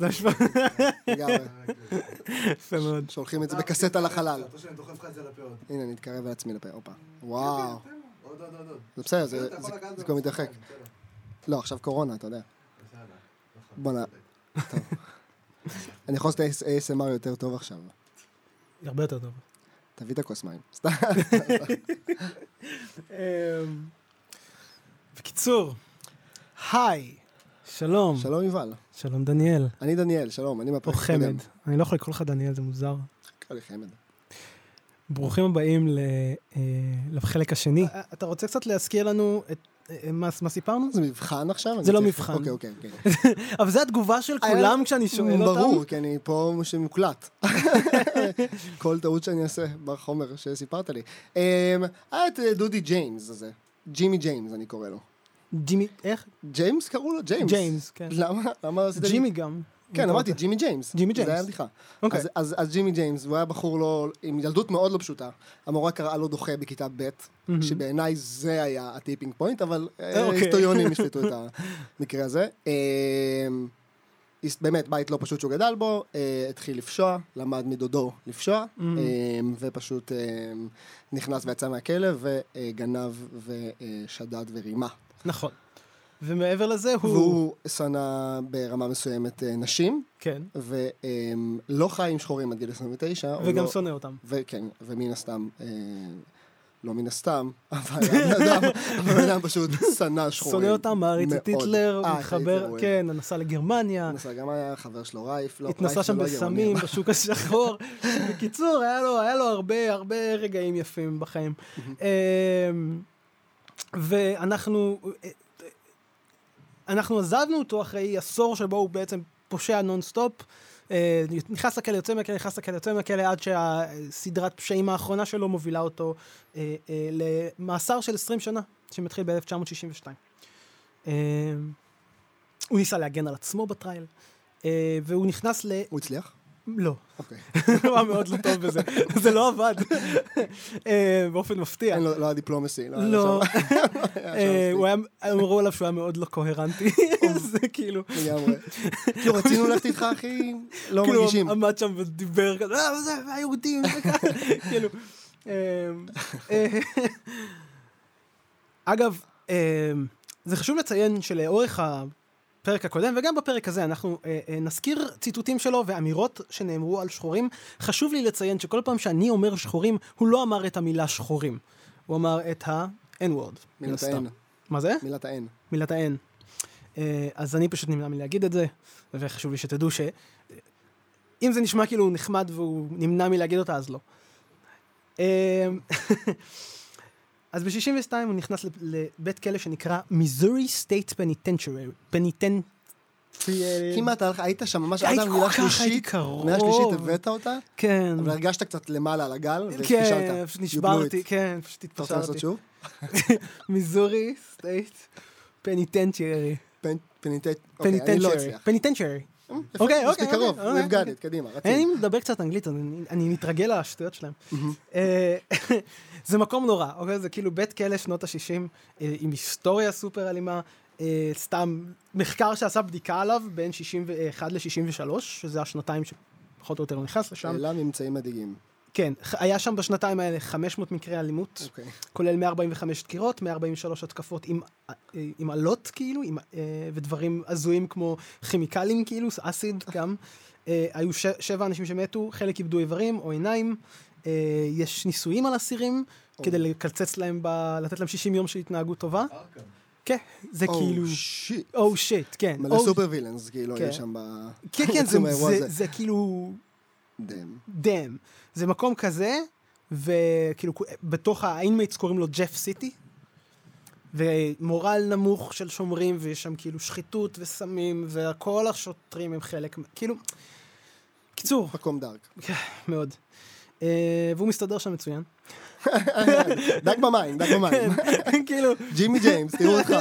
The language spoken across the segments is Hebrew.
יפה מאוד. שולחים את זה בקסטה לחלל. אתה שאני דוחף לך את זה לפה עוד. הנה, אני אתקרב לעצמי לפה, אופה. וואו. עוד. זה בסדר, זה כבר מתרחק. לא, עכשיו קורונה, אתה יודע. בוא נע... טוב. אני יכול לעשות ASMR יותר טוב עכשיו. הרבה יותר טוב. תביא את הכוס מים. סתם. בקיצור, היי, שלום. שלום יובל. שלום דניאל. אני דניאל, שלום. אני או חמד. אני לא יכול לקרוא לך דניאל, זה מוזר. קרא לי חמד. ברוכים הבאים לחלק השני. אתה רוצה קצת להזכיר לנו את מה סיפרנו? זה מבחן עכשיו? זה לא מבחן. אוקיי. אבל זה התגובה של כולם כשאני שואל אותם. ברור, כי אני פה שמוקלט. כל טעות שאני אעשה בחומר שסיפרת לי. את דודי ג'יימס הזה. ג'ימי ג'יימס אני קורא לו. ג'ימי, איך? ג'יימס קראו לו? ג'יימס. ג'יימס, כן. למה? ג'ימי גם. כן, אמרתי, ג'ימי ג'יימס. ג'ימי ג'יימס. זה היה בדיחה. אוקיי. אז ג'ימי ג'יימס, הוא היה בחור לא, עם ילדות מאוד לא פשוטה. המורה קראה לו דוחה בכיתה ב', שבעיניי זה היה הטיפינג פוינט, אבל היסטוריונים השפטו את המקרה הזה. באמת, בית לא פשוט שהוא גדל בו, התחיל לפשוע, למד מדודו לפשוע, ופשוט נכנס ויצא מהכלא, וגנב ושדד ורימה. נכון. ומעבר לזה והוא שנא ברמה מסוימת נשים. כן. ולא חי עם שחורים עד גיל 29. וגם שונא אותם. וכן, ומן הסתם, לא מן הסתם, אבל אדם פשוט שנא שחורים. שונא אותם, מעריץ את היטלר, מתחבר, כן, נסע לגרמניה. נסע גם היה חבר שלו רייף. התנסה שם בסמים, בשוק השחור. בקיצור, היה לו הרבה רגעים יפים בחיים. אנחנו עזבנו אותו אחרי עשור שבו הוא בעצם פושע נונסטופ, נכנס לכלא, יוצא מהכלא, עד שהסדרת פשעים האחרונה שלו מובילה אותו למאסר של 20 שנה, שמתחיל ב-1962. הוא ניסה להגן על עצמו בטרייל, והוא נכנס הוא הצליח? לא. אוקיי. הוא היה מאוד לא טוב בזה. זה לא עבד. באופן מפתיע. לא היה דיפלומסי. לא. אמרו עליו שהוא היה מאוד לא קוהרנטי. זה כאילו... לגמרי. כאילו רצינו ללכת איתך, אחי, לא מרגישים. כאילו עמד שם ודיבר כזה, זה היהודים. כאילו... אגב, זה חשוב לציין שלאורך הפרק הקודם, וגם בפרק הזה, אנחנו נזכיר ציטוטים שלו ואמירות שנאמרו על שחורים. חשוב לי לציין שכל פעם שאני אומר שחורים, הוא לא אמר את המילה שחורים. הוא אמר את ה-N-word. מילת ה-N. מה זה? מילת ה-N. מילת ה-N. אז אני פשוט נמנע מלהגיד את זה, וחשוב לי שתדעו אם זה נשמע כאילו הוא נחמד והוא נמנע מלהגיד אותה, אז לא. אז ב-62 הוא נכנס לבית כלא שנקרא מיזורי סטייט פניטנצ'רי. כמעט היית שם ממש עד המילה שלישית הבאת אותה? כן. אבל הרגשת קצת למעלה על הגל ופישלת. כן, פשוט נשברתי, כן, פשוט התפשרתי. אתה רוצה לעשות שוב? מיזורי סטייט פניטנצ'רי. אני לא אצליח. פניטנצ'רי. אוקיי. זה קרוב, נפגעת, קדימה. אני מדבר קצת אנגלית, אני מתרגל לשטויות שלהם. זה מקום נורא, אוקיי? זה כאילו בית כלא שנות ה-60, עם היסטוריה סופר אלימה, סתם מחקר שעשה בדיקה עליו בין 61 ל-63, שזה השנתיים שפחות או יותר נכנס לשם. אלה ממצאים מדהימים. כן, היה שם בשנתיים האלה 500 מקרי אלימות, כולל 145 דקירות, 143 התקפות עם עלות כאילו, ודברים הזויים כמו כימיקלים כאילו, אסיד גם. היו 7 אנשים שמתו, חלק איבדו איברים או עיניים. יש ניסויים על אסירים, כדי לקלצץ להם, לתת להם 60 יום של התנהגות טובה. כן, זה כאילו... או שיט, כן. מלא סופר וילנס, כאילו, יש שם כן, זה כאילו... דם. זה מקום כזה, וכאילו, בתוך האינמייטס קוראים לו ג'ף סיטי, ומורל נמוך של שומרים, ויש שם כאילו שחיתות וסמים, וכל השוטרים הם חלק, כאילו... קיצור. מקום דארק. מאוד. והוא מסתדר שם מצוין. דק במים. כאילו... ג'ימי ג'יימס, תראו אותך.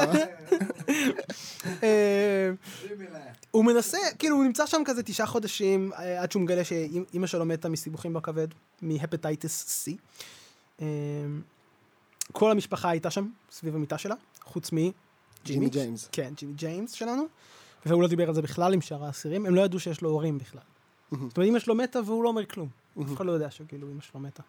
הוא מנסה, כאילו הוא נמצא שם כזה 9 חודשים, עד שהוא מגלה שאמא שלו מתה מסיבוכים בכבד, מהפטייטיס C. כל המשפחה הייתה שם, סביב המיטה שלה, חוץ מג'ימי ג'יימס. כן, ג'ימי ג'יימס שלנו. והוא לא דיבר על זה בכלל עם שאר האסירים, הם לא ידעו שיש לו הורים בכלל. זאת אומרת, אמא שלו מתה והוא לא אומר כלום. אף אחד לא יודע שכאילו אמא שלו מתה.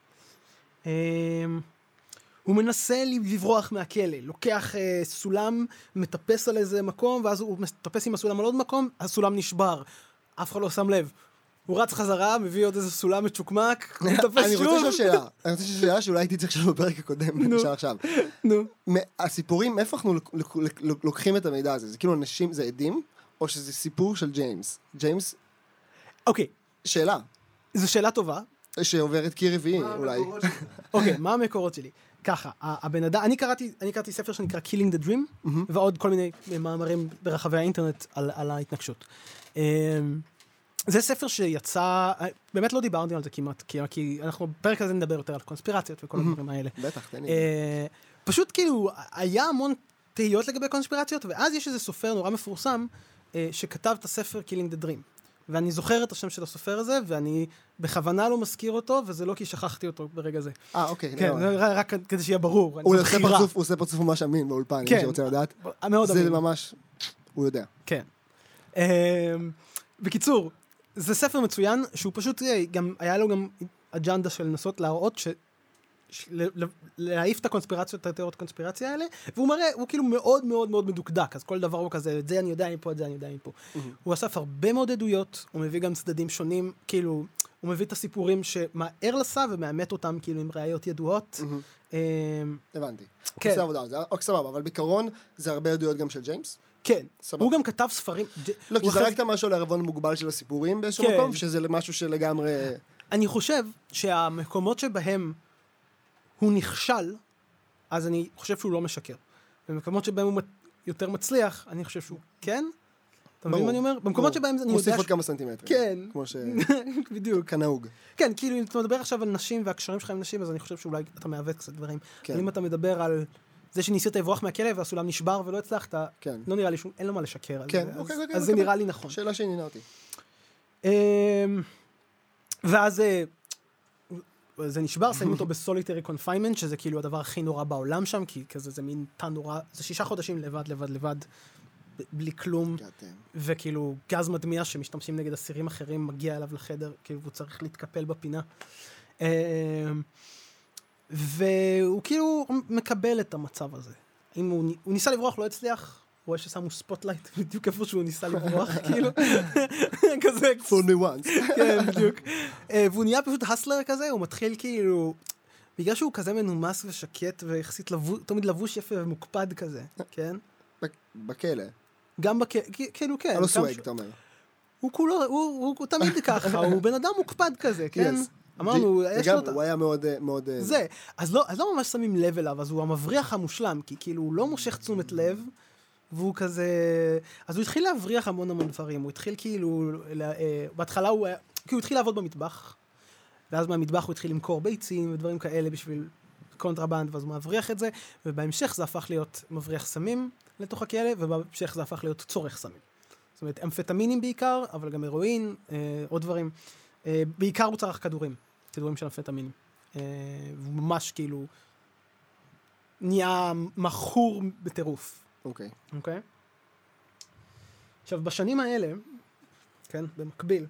הוא מנסה לברוח מהכלא, לוקח סולם, מטפס על איזה מקום, ואז הוא מטפס עם הסולם על עוד מקום, הסולם נשבר. אף אחד לא שם לב. הוא רץ חזרה, מביא עוד איזה סולם מצ'וקמק, הוא מטפס שוב. אני רוצה לשאול שאלה שאולי הייתי צריך לשאול בפרק הקודם, נשאר עכשיו. הסיפורים, איפה אנחנו לוקחים את המידע הזה? זה כאילו אנשים, זה עדים, או שזה סיפור של ג'יימס? ג'יימס? אוקיי. שאלה. זו שאלה טובה. שעוברת קיר רביעי, אולי. אוקיי, מה המקורות שלי? ככה, הבן אדם, אני קראתי ספר שנקרא Killing the Dream, ועוד כל מיני מאמרים ברחבי האינטרנט על ההתנגשות. זה ספר שיצא, באמת לא דיברתי על זה כמעט, כי אנחנו בפרק הזה נדבר יותר על קונספירציות וכל הדברים האלה. בטח, תן לי. פשוט כאילו, היה המון תהיות לגבי קונספירציות, ואז יש איזה סופר נורא מפורסם, שכתב את הספר Killing the Dream. ואני זוכר את השם של הסופר הזה, ואני בכוונה לא מזכיר אותו, וזה לא כי שכחתי אותו ברגע זה. אוקיי. כן, רק כדי שיהיה ברור. הוא עושה פרצוף ממש אמין באולפן, מי שרוצה לדעת. מאוד אמין. זה ממש, הוא יודע. כן. בקיצור, זה ספר מצוין, שהוא פשוט, גם היה לו גם אג'נדה של לנסות להראות להעיף את הקונספירציות, את התיאוריות הקונספירציה האלה, והוא מראה, הוא כאילו מאוד מאוד מאוד מדוקדק, אז כל דבר הוא כזה, את זה אני יודע מפה, את זה אני יודע מפה. הוא אסף הרבה מאוד עדויות, הוא מביא גם צדדים שונים, כאילו, הוא מביא את הסיפורים שמהר לסה ומאמת אותם כאילו עם ראיות ידועות. הבנתי. כן. עושה עבודה, זה סבבה, אבל בעיקרון זה הרבה עדויות גם של ג'יימס? כן. הוא גם כתב ספרים. לא, כי זרקת משהו לערבון מוגבל של הסיפורים באיזשהו מקום, שזה משהו שלגמרי... אני חושב שהמקומות שבהם הוא נכשל, אז אני חושב שהוא לא משקר. במקומות שבהם הוא יותר מצליח, אני חושב שהוא כן. אתה מבין מה אני אומר? במקומות שבהם אני יודע... מוסיף עוד כמה סנטימטרים. כן. כמו ש... בדיוק. כנהוג. כן, כאילו אם אתה מדבר עכשיו על נשים והקשרים שלך עם נשים, אז אני חושב שאולי אתה מעוות קצת דברים. אבל אם אתה מדבר על זה שניסית לברוח מהכלא והסולם נשבר ולא הצלחת, לא נראה לי אין לו מה לשקר. כן, אז זה נראה לי נכון. שאלה שעניינה אותי. ואז זה נשבר, שמים אותו בסוליטרי קונפיינמנט, שזה כאילו הדבר הכי נורא בעולם שם, כי כזה זה מין תא נורא, זה 6 חודשים לבד, בלי כלום, וכאילו גז מדמיע שמשתמשים נגד אסירים אחרים, מגיע אליו לחדר, כאילו הוא צריך להתקפל בפינה. והוא כאילו מקבל את המצב הזה. אם הוא ניסה לברוח, לא הצליח, הוא רואה ששמו ספוטלייט בדיוק איפה שהוא ניסה לברוח, כאילו. כזה. Only once. כן, בדיוק. והוא נהיה פשוט הסלר כזה, הוא מתחיל כאילו, בגלל שהוא כזה מנומס ושקט, ויחסית תמיד לבוש יפה ומוקפד כזה, כן? בכלא. גם בכלא, כאילו כן. לא סווג, אתה אומר. הוא תמיד ככה, הוא בן אדם מוקפד כזה, כן? אמרנו, יש לו... הוא היה מאוד... זה. אז לא ממש שמים לב אליו, אז הוא המבריח המושלם, כי כאילו הוא לא מושך תשומת לב, והוא כזה... אז הוא התחיל להבריח המון דברים, הוא התחיל כאילו... בהתחלה הוא התחיל לעבוד במטבח, ואז מהמטבח הוא התחיל למכור ביצים ודברים כאלה בשביל קונטרבנד, ואז הוא מבריח את זה, ובהמשך זה הפך להיות מבריח סמים לתוך הכלא, ובהמשך זה הפך להיות צורך סמים. זאת אומרת, אמפטמינים בעיקר, אבל גם הרואין, עוד דברים. בעיקר הוא צריך כדורים של אמפטמינים. והוא ממש כאילו נהיה מכור בטירוף. אוקיי. עכשיו, בשנים האלה, כן, במקביל,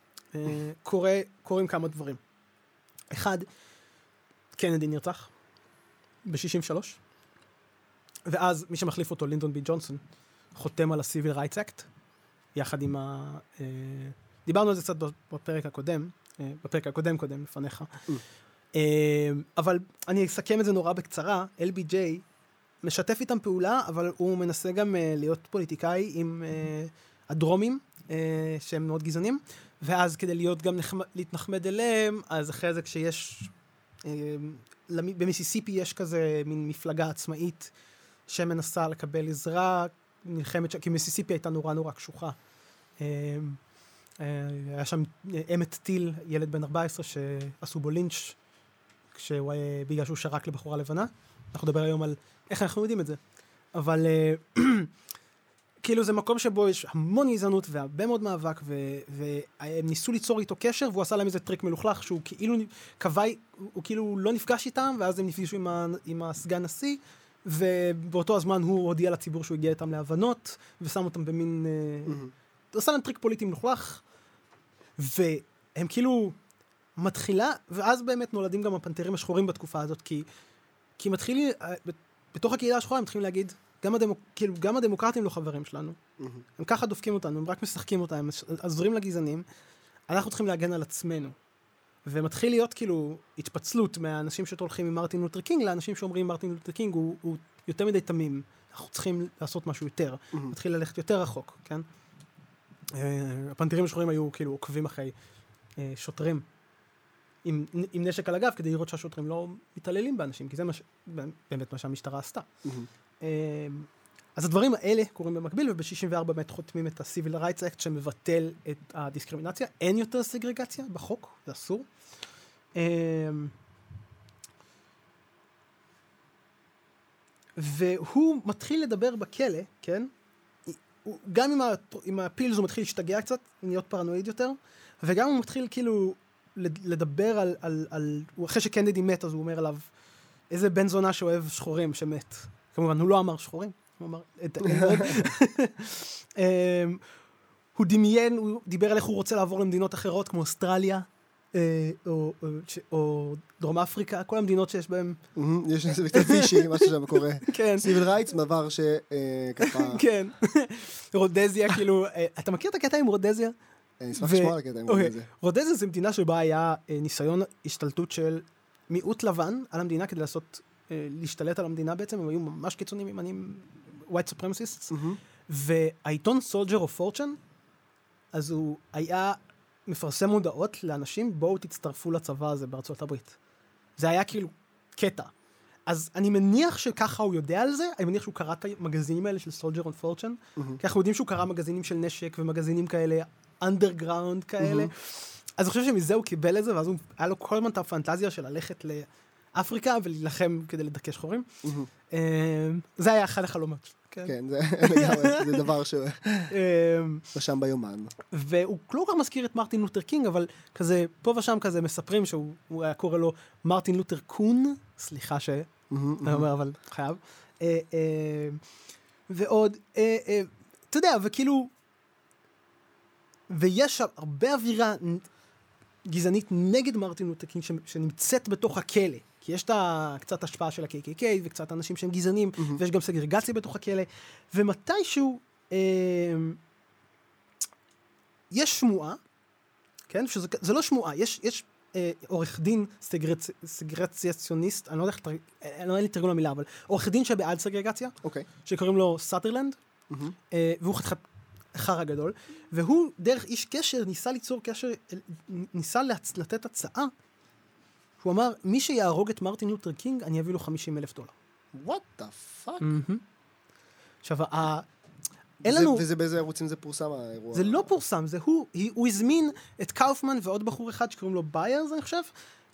קורים כמה דברים. אחד, קנדי נרצח ב-63, ואז מי שמחליף אותו, לינדון בי ג'ונסון, חותם על ה-Civil Rights Act, יחד עם דיברנו על זה קצת בפרק הקודם לפניך. אבל אני אסכם את זה נורא בקצרה. LBJ משתף איתם פעולה, אבל הוא מנסה גם להיות פוליטיקאי עם הדרומים, שהם מאוד גזענים, ואז כדי להיות גם להתנחמד אליהם, אז אחרי זה כשיש, במיסיסיפי יש כזה מין מפלגה עצמאית, שמנסה לקבל עזרה, נלחמת, כי מיסיסיפי הייתה נורא קשוחה. היה שם אמת טיל, ילד בן 14, שעשו בו לינץ' בגלל שהוא שרק לבחורה לבנה. אנחנו נדבר היום על איך אנחנו יודעים את זה. אבל כאילו זה מקום שבו יש המון גזענות והרבה מאוד מאבק, והם ניסו ליצור איתו קשר, והוא עשה להם איזה טריק מלוכלך, שהוא כאילו לא נפגש איתם, ואז הם נפגשו עם הסגן נשיא, ובאותו הזמן הוא הודיע לציבור שהוא הגיע איתם להבנות, ושם אותם במין... עושה להם טריק פוליטי מלוכלך, והם כאילו מתחילה, ואז באמת נולדים גם הפנתרים השחורים בתקופה הזאת, כי מתחילים, בתוך הקהילה השחורה הם מתחילים להגיד, גם הדמוקרטים לא חברים שלנו. הם ככה דופקים אותנו, הם רק משחקים אותם, הם עזורים לגזענים, אנחנו צריכים להגן על עצמנו. ומתחיל להיות כאילו התפצלות מהאנשים שתולכים עם מרטין לותר קינג, לאנשים שאומרים מרטין לותר קינג הוא יותר מדי תמים. אנחנו צריכים לעשות משהו יותר. מתחיל ללכת יותר רחוק, כן? הפנתרים השחורים היו כאילו עוקבים אחרי שוטרים עם נשק על הגב, כדי לראות שהשוטרים לא מתעללים באנשים, כי זה באמת מה שהמשטרה עשתה. אז הדברים האלה קורים במקביל, וב-64 באמת חותמים את ה-Civil Rights Act שמבטל את הדיסקרימינציה. אין יותר סגרגציה בחוק, זה אסור. והוא מתחיל לדבר בכלא, כן? גם עם הפילס הוא מתחיל להשתגע קצת, להיות פרנואיד יותר, וגם הוא מתחיל כאילו לדבר על אחרי שקנדי מת, אז הוא אומר עליו, איזה בן זונה שאוהב שחורים שמת. כמובן, הוא לא אמר שחורים, הוא אמר את האמת. הוא דמיין, הוא דיבר על איך הוא רוצה לעבור למדינות אחרות, כמו אוסטרליה, או דרום אפריקה, כל המדינות שיש בהן... יש איזה קצת פישי, מה ששם קורה. כן. Civil Rights, מעבר שככה... כן. רודזיה, כאילו... אתה מכיר את הקטע עם רודזיה? אני אשמח לשמוע על הקטע עם רודזיה. רודזיה זה מדינה שבה היה ניסיון השתלטות של מיעוט לבן על המדינה כדי לעשות... להשתלט על המדינה בעצם, הם היו ממש קיצונים ימנים, white supremacists, והעיתון Soldier of Fortune, אז הוא היה מפרסם מודעות לאנשים, בואו תצטרפו לצבא הזה בארצות הברית. זה היה כאילו קטע. אז אני מניח שככה הוא יודע על זה, אני מניח שהוא קרא את המגזינים האלה של Soldier of Fortune, כי אנחנו יודעים שהוא קרא מגזינים של נשק, ומגזינים כאלה, underground כאלה, אז אני חושב שמזה הוא קיבל את זה, ואז היה לו כל הזמן את הפנטזיה של ללכת אפריקה ולהילחם כדי לדכא שחורים. זה היה אחד החלומות. כן, זה דבר שרשם ביומן. והוא לא כך מזכיר את מרטין לותר קינג, אבל כזה, פה ושם כזה מספרים שהוא היה קורא לו מרטין לותר קון, סליחה אני אומר, אבל חייב. ועוד, אתה יודע, וכאילו, ויש הרבה אווירה גזענית נגד מרטין לותר קינג שנמצאת בתוך הכלא. כי יש קצת השפעה של ה-KKK, וקצת אנשים שהם גזענים, ויש גם סגרגציה בתוך הכלא, ומתישהו יש שמועה, כן? זה לא שמועה, יש עורך דין סגרגציוניסט, אני לא יודע לתרגם למילה, אבל עורך דין שבעד סגרגציה, שקוראים לו סאטרלנד, והוא חתיכת חרא גדול, והוא דרך איש קשר ניסה ליצור קשר, ניסה לתת הצעה, הוא אמר, מי שיהרוג את מרטין לותר קינג, אני אביא לו $50,000. What the fuck? עכשיו, אין לנו... וזה באיזה ערוצים זה פורסם האירוע? זה לא פורסם, זה הוא הזמין את קאופמן ועוד בחור אחד שקוראים לו ביירס, אני חושב,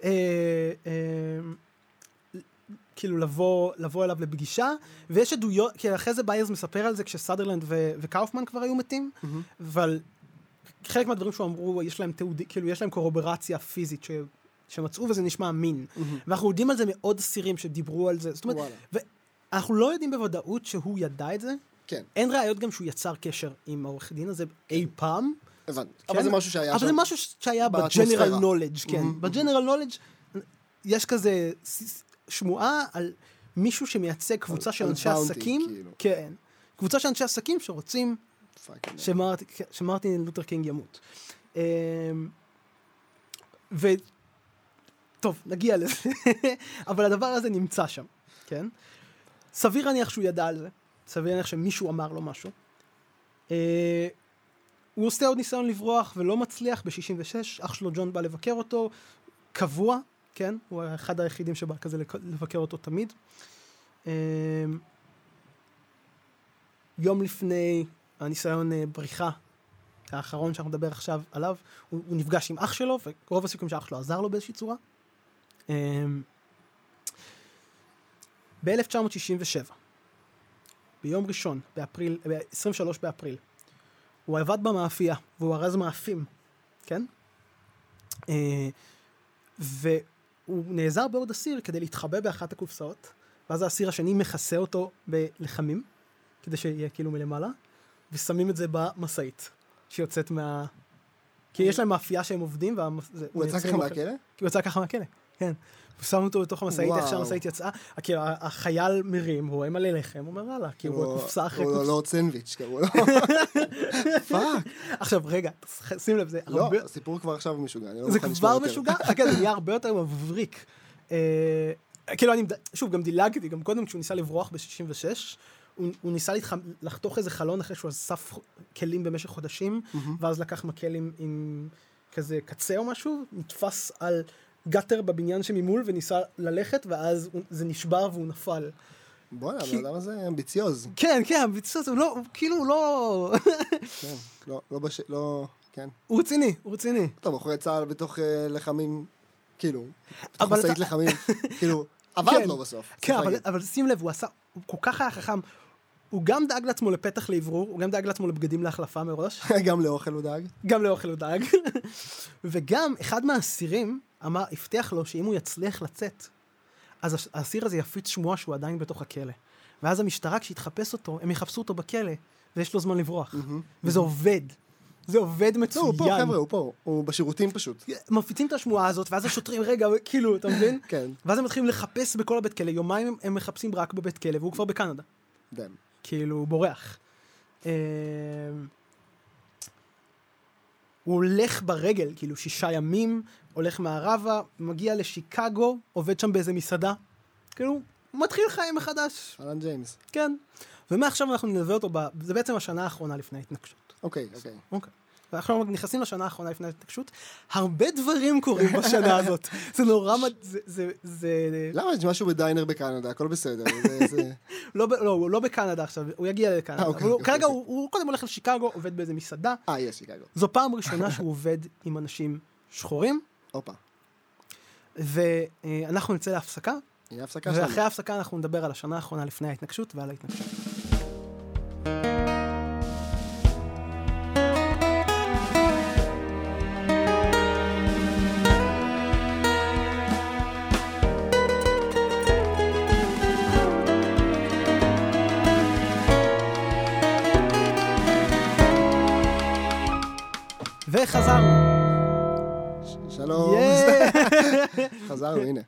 כאילו לבוא אליו לפגישה, ויש עדויות, כי אחרי זה ביירס מספר על זה כשסאדרלנד וקאופמן כבר היו מתים, אבל חלק מהדברים שהוא אמרו, יש להם תיעוד, כאילו יש להם קורברציה פיזית שמצאו וזה נשמע אמין. ואנחנו יודעים על זה מאוד סירים שדיברו על זה. זאת אומרת, ואנחנו לא יודעים בוודאות שהוא ידע את זה. כן. אין ראיות גם שהוא יצר קשר עם העורך דין הזה אי פעם. הבנתי. אבל זה משהו שהיה שם. אבל זה משהו שהיה ב-general knowledge, כן. ב-general knowledge יש כזה שמועה על מישהו שמייצג קבוצה של אנשי עסקים. כן. קבוצה של אנשי עסקים שרוצים שמרטין לותר קינג ימות. טוב, נגיע לזה. אבל הדבר הזה נמצא שם, כן? סביר להניח שהוא ידע על זה. סביר להניח שמישהו אמר לו משהו. הוא עושה עוד ניסיון לברוח ולא מצליח ב-66. אח שלו ג'ון בא לבקר אותו. קבוע, כן? הוא אחד היחידים שבא כזה לבקר אותו תמיד. יום לפני הניסיון בריחה, האחרון שאנחנו נדבר עכשיו עליו, הוא נפגש עם אח שלו, ורוב הסיכויים שאח שלו עזר לו באיזושהי צורה. ב-1967, ביום ראשון, ב-23 באפריל, הוא עבד במאפייה, והוא ארז מאפים, כן? והוא נעזר בעוד אסיר כדי להתחבא באחת הקופסאות, ואז האסיר השני מכסה אותו בלחמים, כדי שיהיה כאילו מלמעלה, ושמים את זה במסעית, שיוצאת כי יש להם מאפייה שהם עובדים, הוא יצא ככה מהכלא? כי הוא יצא ככה מהכלא, כן. ושמו אותו בתוך המסעית, איך שהמסעית יצאה, כי החייל מרים, הוא רואה מלא לחם, הוא אומר, הלאה, כי הוא רואה קופסה אחרי קופסה. הוא לא סנדוויץ', קראו לו. פאק. עכשיו, רגע, שים לב, זה הרבה... לא, הסיפור כבר עכשיו משוגע. זה כבר משוגע? כן, זה נהיה הרבה יותר מבריק. כאילו, שוב, גם דילגתי, גם קודם כשהוא ניסה לברוח ב-66, הוא ניסה לחתוך איזה חלון אחרי שהוא אסף כלים במשך חודשים, ואז לקח מקל עם כזה קצה או משהו, נתפס על גאטר בבניין שממול וניסה ללכת, ואז זה נשבר והוא נפל. בוא'נה, האדם הזה אמביציוז. כן, כן, אמביציוז, הוא לא, כאילו, הוא לא... כן, לא, כן. הוא רציני, הוא רציני. טוב, אחרי צהל בתוך לחמים, כאילו, בתוך מסעית לחמים, כאילו, עבד לו בסוף. כן, אבל שים לב, הוא כל כך היה חכם, הוא גם דאג לעצמו לפתח לאוורור, הוא גם דאג לעצמו לבגדים להחלפה מראש. גם לאוכל הוא דאג. גם לאוכל הוא דאג. וגם אחד מהאסירים הבטיח לו שאם הוא יצליח לצאת, אז האסיר הזה יפיץ שמועה שהוא עדיין בתוך הכלא. ואז המשטרה, כשהתחפש אותו, הם יחפשו אותו בכלא, ויש לו זמן לברוח. וזה עובד. זה עובד מצוין. לא, הוא פה, חבר'ה, הוא פה. הוא בשירותים פשוט. מפיצים את השמועה הזאת, ואז השוטרים, רגע, כאילו, אתה מבין? כן. ואז הם מתחילים לחפש בכל הבית כלא. יומיים הם מחפשים רק בבית כלא, והוא כבר בקנדה. דם. כאילו, הוא בורח. הוא הולך ברגל, כאילו 6 ימים, הולך מערבה, מגיע לשיקגו, עובד שם באיזה מסעדה. כאילו, הוא מתחיל חיים מחדש. אלן ג'יימס. כן. ומעכשיו אנחנו נלווה אותו, זה בעצם השנה האחרונה לפני ההתנגשות. אוקיי. ועכשיו נכנסים לשנה האחרונה לפני ההתנגשות. הרבה דברים קורים בשנה הזאת. זה נורא... למה? יש משהו בדיינר בקנדה, הכל בסדר. לא, הוא לא בקנדה עכשיו, הוא יגיע לקנדה. כרגע הוא קודם הולך לשיקגו, עובד באיזה מסעדה. יש שיקגו. זו פעם ראשונה שהוא עובד עם אנשים שחורים. אופה. ואנחנו נצא להפסקה. הנה הפסקה שלנו. ואחרי ההפסקה אנחנו נדבר על השנה האחרונה לפני ההתנגשות ועל ההתנגשות. וחזרנו. שלום. חזרנו, הנה.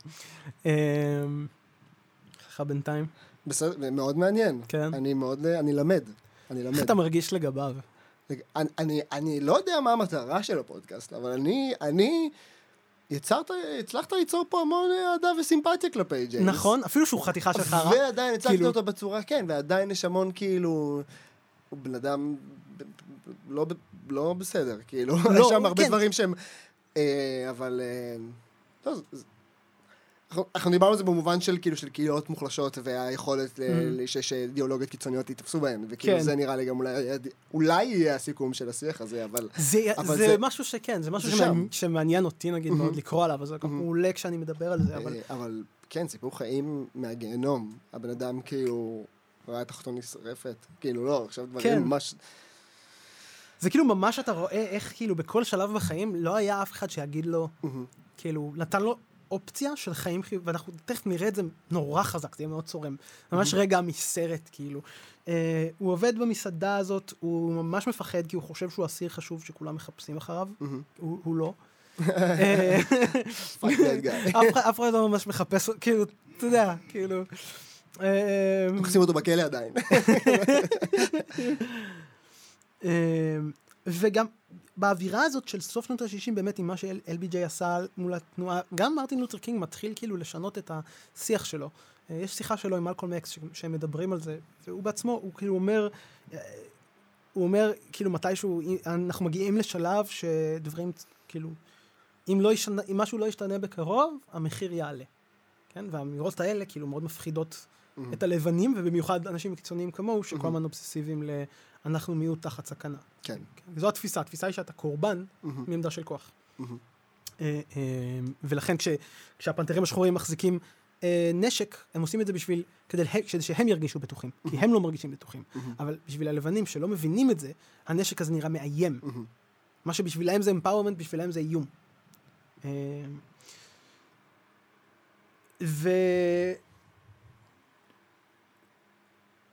ככה בינתיים. בסדר, מאוד מעניין. כן. אני למד. איך אתה מרגיש לגביו? אני לא יודע מה המטרה של הפודקאסט, אבל אני הצלחת ליצור פה המון אהדה וסימפתיה כלפי ג'יימס. נכון, אפילו שהוא חתיכה שלך רע. ועדיין הצלחת אותו בצורה, כן, ועדיין יש המון כאילו, הוא בן אדם לא בסדר, כאילו, יש שם הרבה דברים שהם, אבל, אנחנו דיברנו על זה במובן של כאילו של קהילות מוחלשות והיכולת שאידיאולוגיות קיצוניות יתפסו בהן, וכאילו זה נראה לי גם אולי יהיה הסיכום של השיח הזה, אבל זה משהו שכן, זה משהו שמעניין אותי נגיד מאוד לקרוא עליו, אז הוא עולה כשאני מדבר על זה, אבל כן, סיפור חיים מהגיהנום, הבן אדם כאילו ראה תחתון נשרפת, כאילו לא, עכשיו דברים ממש... זה כאילו ממש אתה רואה איך כאילו בכל שלב בחיים לא היה אף אחד שיגיד לו, כאילו נתן לו אופציה של חיים חיוב, ואנחנו תכף נראה את זה נורא חזק, זה יהיה מאוד צורם. ממש רגע מסרט, כאילו. הוא עובד במסעדה הזאת, הוא ממש מפחד, כי הוא חושב שהוא אסיר חשוב שכולם מחפשים אחריו. הוא לא. אף אחד לא ממש מחפש, כאילו, אתה יודע, כאילו... מחפשים אותו בכלא עדיין. וגם באווירה הזאת של סוף שנות ה-60, באמת עם מה ש-LBJ עשה מול התנועה, גם מרטין לותר קינג מתחיל כאילו לשנות את השיח שלו. יש שיחה שלו עם מלקולם אקס שהם מדברים על זה, והוא בעצמו, הוא כאילו אומר כאילו מתישהו, אנחנו מגיעים לשלב שדברים, כאילו, אם משהו לא ישתנה בקרוב, המחיר יעלה. כן? והאמירות האלה כאילו מאוד מפחידות את הלבנים, ובמיוחד אנשים קיצוניים כמוהו, שכל הזמן אובססיביים אנחנו מיעוט תחת סכנה. כן. וזו התפיסה היא שאתה קורבן מעמדה של כוח. ולכן כשהפנתרים השחורים מחזיקים נשק, הם עושים את זה כדי שהם ירגישו בטוחים, כי הם לא מרגישים בטוחים. אבל בשביל הלבנים שלא מבינים את זה, הנשק הזה נראה מאיים. מה שבשבילהם זה empowerment, בשבילהם זה איום.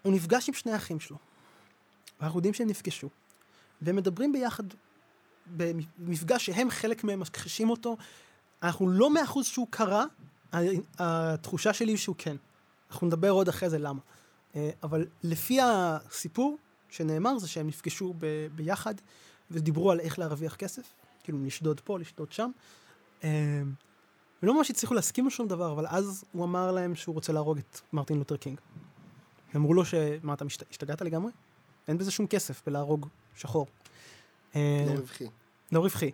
הוא נפגש עם שני אחים שלו. אנחנו יודעים שהם נפגשו. והם מדברים ביחד במפגש שהם חלק מהם מכחישים אותו. אנחנו לא 100% שהוא קרה, התחושה שלי היא שהוא כן. אנחנו נדבר עוד אחרי זה למה. אבל לפי הסיפור שנאמר זה שהם נפגשו ביחד ודיברו על איך להרוויח כסף, כאילו לשדוד פה, לשדוד שם. ולא ממש הצליחו להסכים לשום דבר, אבל אז הוא אמר להם שהוא רוצה להרוג את מרטין לותר קינג. אמרו לו מה אתה השתגעת לגמרי? אין בזה שום כסף בלהרוג שחור. לא רווחי. לא רווחי.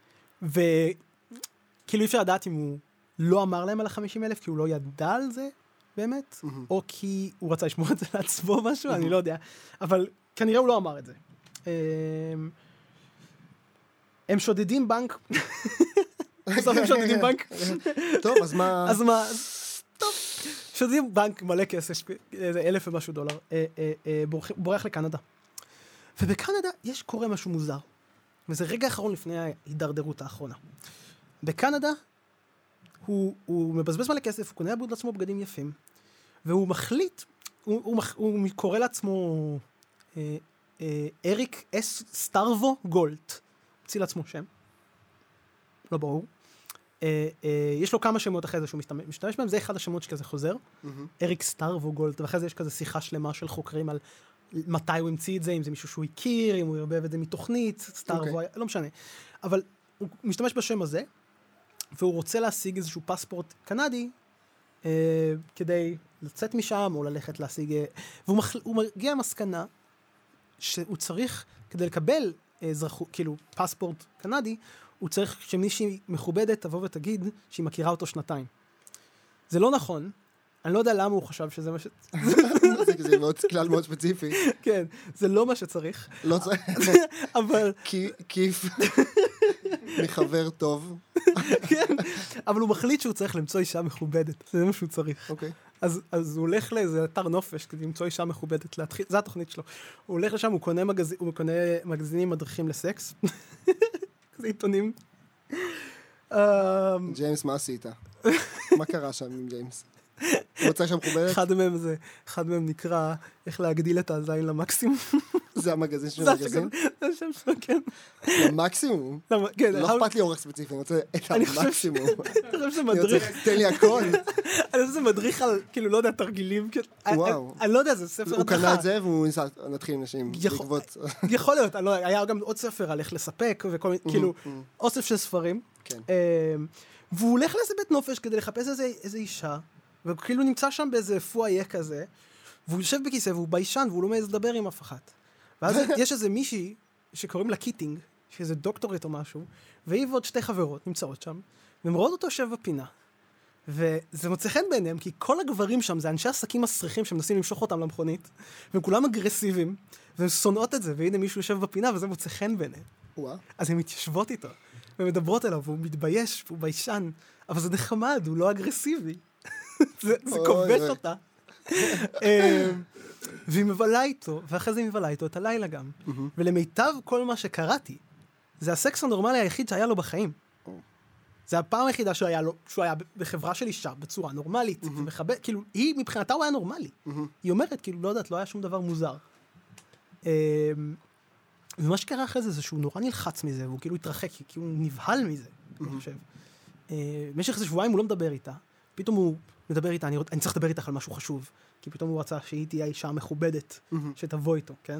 וכאילו אי אפשר לדעת אם הוא לא אמר להם על ה-50,000, כי הוא לא ידע על זה באמת, או כי הוא רצה לשמור את זה לעצמו משהו, אני לא יודע. אבל כנראה הוא לא אמר את זה. הם שודדים בנק. בסוף הם שודדים בנק. טוב, אז מה? טוב. שודדים בנק מלא כסף, איזה 1,000 ומשהו דולר, בורח לקנדה. ובקנדה קורה משהו מוזר. וזה רגע האחרון לפני ההידרדרות האחרונה. בקנדה, הוא מבזבז מלא כסף, הוא קונה עבוד לעצמו בגדים יפים, והוא מחליט, הוא קורא לעצמו אריק אס סטרבו גולט. הוציא לעצמו שם. לא ברור. יש לו כמה שמות אחרי זה שהוא משתמש בהם, זה אחד השמות שכזה חוזר. אריק סטרבו גולט, ואחרי זה יש כזה שיחה שלמה של חוקרים על מתי הוא המציא את זה, אם זה מישהו שהוא הכיר, אם הוא ירבב את זה מתוכנית, סטארבו, לא משנה. אבל הוא משתמש בשם הזה, והוא רוצה להשיג איזשהו פספורט קנדי, כדי לצאת משם, או ללכת להשיג... והוא מגיע למסקנה, שהוא צריך, כדי לקבל כאילו פספורט קנדי, הוא צריך שמישהי מכובדת תבוא ותגיד שהיא מכירה אותו 2. זה לא נכון. אני לא יודע למה הוא חשב שזה מה זה כלל מאוד ספציפי. כן, זה לא מה שצריך. לא צריך. אבל... כיף. מחבר טוב. כן, אבל הוא מחליט שהוא צריך למצוא אישה מכובדת. זה מה שהוא צריך. אוקיי. אז הוא הולך לאיזה אתר נופש כדי למצוא אישה מכובדת. זה התוכנית שלו. הוא הולך לשם, הוא קונה מגזינים מדריכים לסקס. כזה עיתונים. ג'יימס, מה עשית? מה קרה שם עם ג'יימס? הוא רוצה שם מכובדת? אחד מהם נקרא איך להגדיל את הזין למקסימום. זה המגזין של המגזין? זה השם שלו, כן. למקסימום? לא אכפת לי אורך ספציפי, אני רוצה את המקסימום. אני חושב שמדריך... תן לי הכל. אני חושב שזה מדריך על, כאילו, לא יודע, תרגילים. וואו. אני לא יודע, זה ספר הדרכה. הוא קנה את זה והוא ניסה, נתחיל נשים בעקבות... יכול להיות, היה גם עוד ספר על איך לספק, וכל מיני, כאילו, אוסף של ספרים. כן. והוא הולך לאיזה בית נופש כדי לחפש איזה אישה, וכאילו נמצא שם באיזה פואיה כזה, והוא יושב בכיסא והוא ביישן, והוא לא מעז לדבר עם אף אחת. ואז יש איזה מישהי שקוראים לה קיטינג, שאיזה דוקטורית או משהו, והיא ועוד 2 חברות נמצאות שם, והם רואות אותו יושב בפינה. וזה מוצא חן בעיניהם, כי כל הגברים שם זה אנשי עסקים מסריחים שמנסים למשוך אותם למכונית, והם כולם אגרסיביים, והם שונאות את זה, והנה מישהו יושב בפינה, וזה מוצא חן בעיניהם. אז הן מתיישבות איתו, ומדברות אליו, והוא מתבייש, והוא ביישן, אבל זה נחמד, הוא לא אגרסיבי. זה כובש אותה. והיא מבלה איתו, ואחרי זה היא מבלה איתו את הלילה גם. ולמיטב כל מה שקראתי, זה הסקס הנורמלי היחיד שהיה לו בחיים. זה הפעם היחידה שהוא היה בחברה של אישה בצורה נורמלית, כאילו, היא מבחינתה הוא היה נורמלי. היא אומרת, כאילו, לא יודעת, לא היה שום דבר מוזר. ומה שקרה אחרי זה, זה שהוא נורא נלחץ מזה, והוא כאילו התרחק, כי הוא נבהל מזה, אני חושב. במשך איזה שבועיים הוא לא מדבר איתה, פתאום הוא מדבר איתה, אני צריך לדבר איתך על משהו חשוב, כי פתאום הוא רצה שהיא תהיה האישה המכובדת, שתבוא איתו, כן?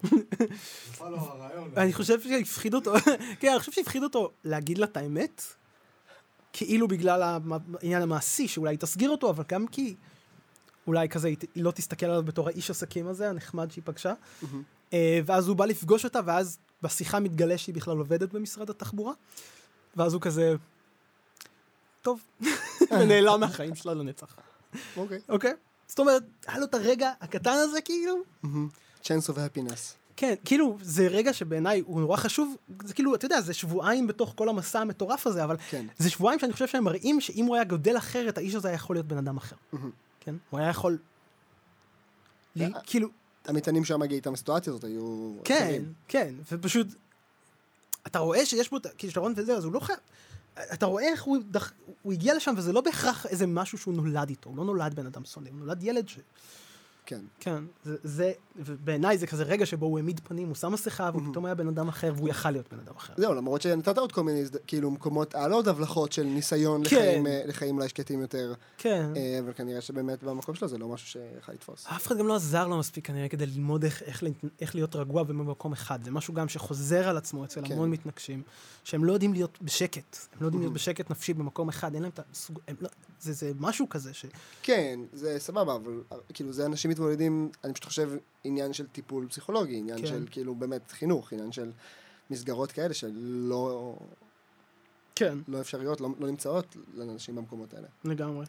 אני חושב שהפחיד אותו, כן, אני חושב שהפחיד אותו להגיד לה את האמת, כאילו בגלל העניין המעשי, שאולי היא תסגיר אותו, אבל גם כי אולי כזה היא לא תסתכל עליו בתור האיש עסקים הזה, הנחמד שהיא פגשה, ואז הוא בא לפגוש אותה, ואז בשיחה מתגלה שהיא בכלל עובדת במשרד התחבורה, ואז הוא כזה, טוב, ונעלם מהחיים שלה לנצח. אוקיי? זאת אומרת, היה לו את הרגע הקטן הזה, כאילו. Chance of happiness. כן, כאילו, זה רגע שבעיניי הוא נורא חשוב, זה כאילו, אתה יודע, זה שבועיים בתוך כל המסע המטורף הזה, אבל זה שבועיים שאני חושב שהם מראים שאם הוא היה גודל אחרת, האיש הזה היה יכול להיות בן אדם אחר. כן? הוא היה יכול... כאילו... המתענים שם מגיע איתם הסיטואציה הזאת, היו... כן, כן, ופשוט... אתה רואה שיש בו כישרון וזה, אז הוא לא חייב... אתה רואה איך הוא הגיע לשם, וזה לא בהכרח איזה משהו שהוא נולד איתו, הוא לא נולד בן אדם שונא, הוא נולד ילד כן. כן, בעיניי זה כזה רגע שבו הוא העמיד פנים, הוא שם מסכה, והוא פתאום היה בן אדם אחר, והוא יכל להיות בן אדם אחר. זהו, למרות שנתת עוד כל מיני, כאילו, מקומות, היה לו עוד הבלחות של ניסיון לחיים אולי שקטים יותר. כן. אבל כנראה שבאמת במקום שלו זה לא משהו שיכל לתפוס. אף אחד גם לא עזר לו מספיק כנראה כדי ללמוד איך להיות רגוע במקום אחד. זה משהו גם שחוזר על עצמו אצל המון מתנגשים, שהם לא יודעים להיות בשקט. הם לא יודעים להיות בשקט נפשי במקום אחד. אין להם את הסוג... זה משהו כזה ש... כן, זה סבבה, אבל כאילו זה אנשים מתמודדים, אני פשוט חושב עניין של טיפול פסיכולוגי, עניין של כאילו באמת חינוך, עניין של מסגרות כאלה שלא... כן. לא אפשריות, לא נמצאות לאנשים במקומות האלה. לגמרי.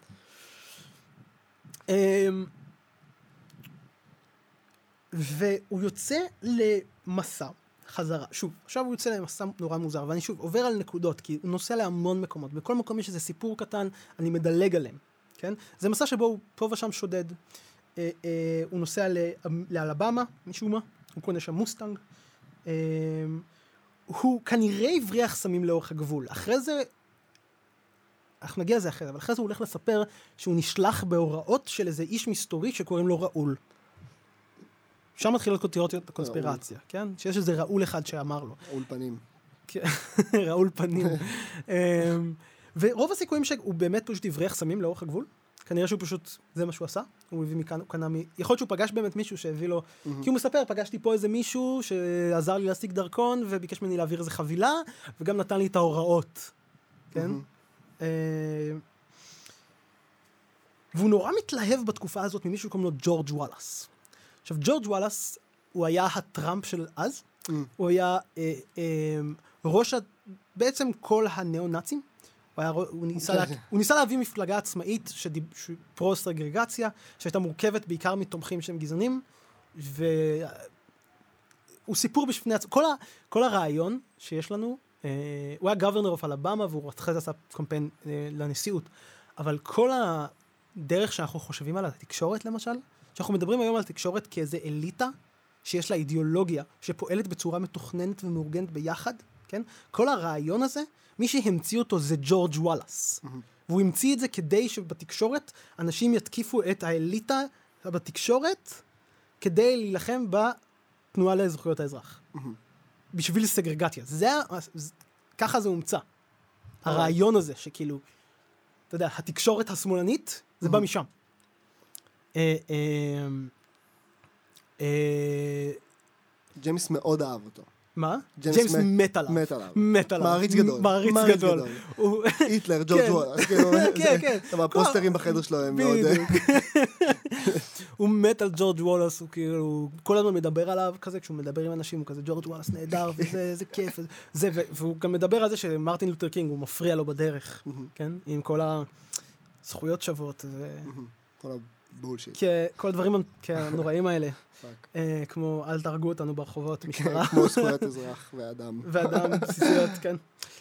והוא יוצא למסע חזרה. שוב, עכשיו הוא יוצא למסע נורא מוזר, ואני שוב עובר על נקודות, כי הוא נוסע להמון מקומות. בכל מקום יש איזה סיפור קטן, אני מדלג עליהם. כן? זה מסע שבו הוא פה ושם שודד. הוא נוסע לאלבמה, משום מה. הוא קונה שם מוסטנג. הוא כנראה הבריח סמים לאורך הגבול. אחרי זה, אנחנו נגיע לזה אחרי זה, אבל אחרי זה הוא הולך לספר שהוא נשלח בהוראות של איזה איש מסתורי שקוראים לו ראול. שם מתחילות כותרות הקונספירציה, כן? שיש איזה ראול אחד שאמר לו. ראול פנים. ראול פנים. ורוב הסיכויים שהוא באמת פשוט הבריח סמים לאורך הגבול. כנראה שהוא פשוט, זה מה שהוא עשה. הוא הביא מכאן, הוא קנה יכול להיות שהוא פגש באמת מישהו שהביא לו, כי הוא מספר, פגשתי פה איזה מישהו שעזר לי להשיג דרכון, וביקש ממני להעביר איזה חבילה, וגם נתן לי את ההוראות. כן? והוא נורא מתלהב בתקופה הזאת ממישהו קוראים לו ג'ורג' וואלאס. עכשיו, ג'ורג' וואלאס, הוא היה הטראמפ של אז, הוא היה ראש, בעצם כל הנאו-נאצים, הוא ניסה להביא מפלגה עצמאית, פרו-סגרגציה, שהייתה מורכבת בעיקר מתומכים שהם גזענים, והוא סיפור בפני עצמו, כל הרעיון שיש לנו, הוא היה גוורנר אוף אלבמה, והוא אחרי זה עשה קמפיין לנשיאות, אבל כל הדרך שאנחנו חושבים על התקשורת, למשל, שאנחנו מדברים היום על תקשורת כאיזו אליטה, שיש לה אידיאולוגיה, שפועלת בצורה מתוכננת ומאורגנת ביחד, כן? כל הרעיון הזה, מי שהמציא אותו זה ג'ורג' וואלאס. והוא המציא את זה כדי שבתקשורת אנשים יתקיפו את האליטה בתקשורת, כדי להילחם בתנועה לזכויות האזרח. בשביל סגרגציה. ככה זה הומצא. הרעיון הזה שכאילו, אתה יודע, התקשורת השמאלנית, זה בא משם. ג'יימס מאוד אהב אותו. מה? ג'יימס מת עליו. מת עליו. מעריץ גדול. מעריץ גדול. היטלר, ג'ורג' וואלאס. כן, כן. הפוסטרים בחדר שלו הם מאוד... הוא מת על ג'ורג' וואלאס, הוא כאילו, כל הזמן מדבר עליו כזה, כשהוא מדבר עם אנשים, הוא כזה, ג'ורג' וואלאס נהדר, וזה כיף. והוא גם מדבר על זה שמרטין לותר קינג, הוא מפריע לו בדרך, כן? עם כל הזכויות שוות. כל הבולשיט. כל הדברים הנוראים האלה. כמו אל תהרגו אותנו ברחובות, משטרה. כמו זכויות אזרח ואדם. ואדם בסיסיות, כן.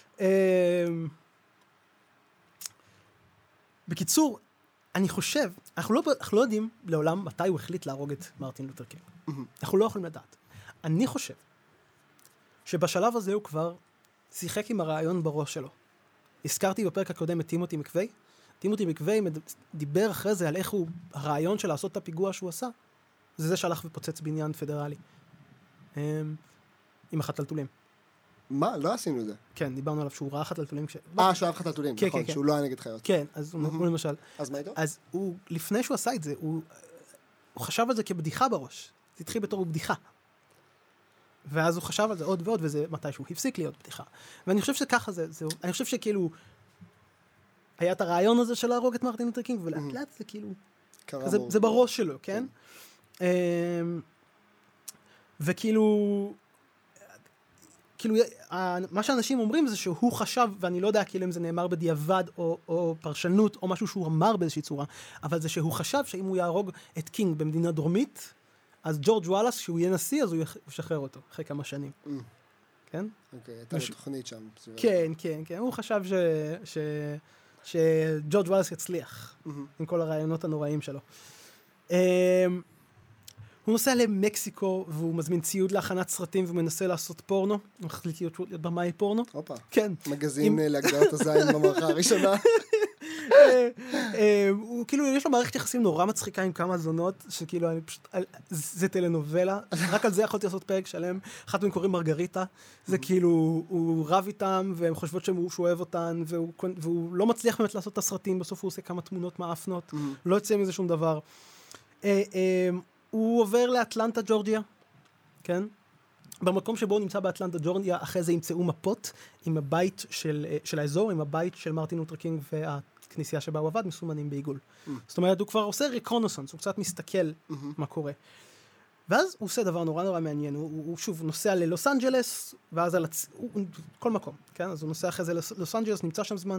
בקיצור, אני חושב, אנחנו לא יודעים לעולם מתי הוא החליט להרוג את מרטין לותר קינג. אנחנו לא יכולים לדעת. אני חושב שבשלב הזה הוא כבר שיחק עם הרעיון בראש שלו. הזכרתי בפרק הקודם את טימותי מקווי. טימותי מקווי דיבר אחרי זה על איך הוא, הרעיון של לעשות את הפיגוע שהוא עשה, זה שהלך ופוצץ בניין פדרלי. עם החתלתולים. מה? לא עשינו את זה. כן, דיברנו עליו שהוא ראה חתלתולים. שהוא ראה חתלתולים, נכון, שהוא לא היה נגד חיות. כן, אז הוא למשל. אז מה איתו? אז הוא, לפני שהוא עשה את זה, הוא חשב על זה כבדיחה בראש. זה התחיל בתור בדיחה. ואז הוא חשב על זה עוד ועוד, וזה מתי שהוא הפסיק להיות בדיחה. ואני חושב שככה זה, אני חושב שכאילו, היה את הרעיון הזה של להרוג את מרטין לותר קינג, ולאט לאט זה כאילו, זה בראש שלו, כן? וכאילו, מה שאנשים אומרים זה שהוא חשב, ואני לא יודע כאילו אם זה נאמר בדיעבד או פרשנות או משהו שהוא אמר באיזושהי צורה, אבל זה שהוא חשב שאם הוא יהרוג את קינג במדינה דרומית, אז ג'ורג' וואלאס, כשהוא יהיה נשיא, אז הוא ישחרר אותו אחרי כמה שנים. כן? אוקיי, הייתה לו תוכנית שם. כן, כן, כן. הוא חשב שג'ורג' וואלאס יצליח עם כל הרעיונות הנוראים שלו. הוא נוסע למקסיקו, והוא מזמין ציוד להכנת סרטים, והוא מנסה לעשות פורנו. הוא מחליט להיות במאי פורנו. אופה. כן. מגזין להגדרת הזין במערכה הראשונה. הוא כאילו, יש לו מערכת יחסים נורא מצחיקה עם כמה זונות, שכאילו, אני פשוט, זה טלנובלה, רק על זה יכולתי לעשות פרק שלם, אחת מהם קוראים מרגריטה, זה כאילו, הוא רב איתם, והם חושבות שהוא אוהב אותן, והוא לא מצליח באמת לעשות את הסרטים, בסוף הוא עושה כמה תמונות מאפנות, לא יוצא מזה שום דבר. הוא עובר לאטלנטה, ג'ורג'יה, כן? במקום שבו הוא נמצא באטלנטה, ג'ורג'יה, אחרי זה ימצאו מפות עם הבית של האזור, עם הבית של מרטין לותר קינג והכנסייה שבה הוא עבד, מסומנים בעיגול. זאת אומרת, הוא כבר עושה ריקונוסנס, הוא קצת מסתכל מה קורה. ואז הוא עושה דבר נורא נורא מעניין, הוא שוב נוסע ללוס אנג'לס, ואז כל מקום, כן? אז הוא נוסע אחרי זה ללוס אנג'לס, נמצא שם זמן,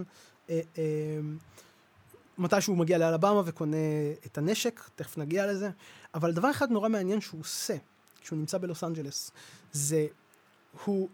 מתי שהוא מגיע לאלבמה וקונה את הנשק, תכף נגיע לזה, אבל דבר אחד נורא מעניין שהוא עושה, כשהוא נמצא בלוס אנג'לס, זה, הוא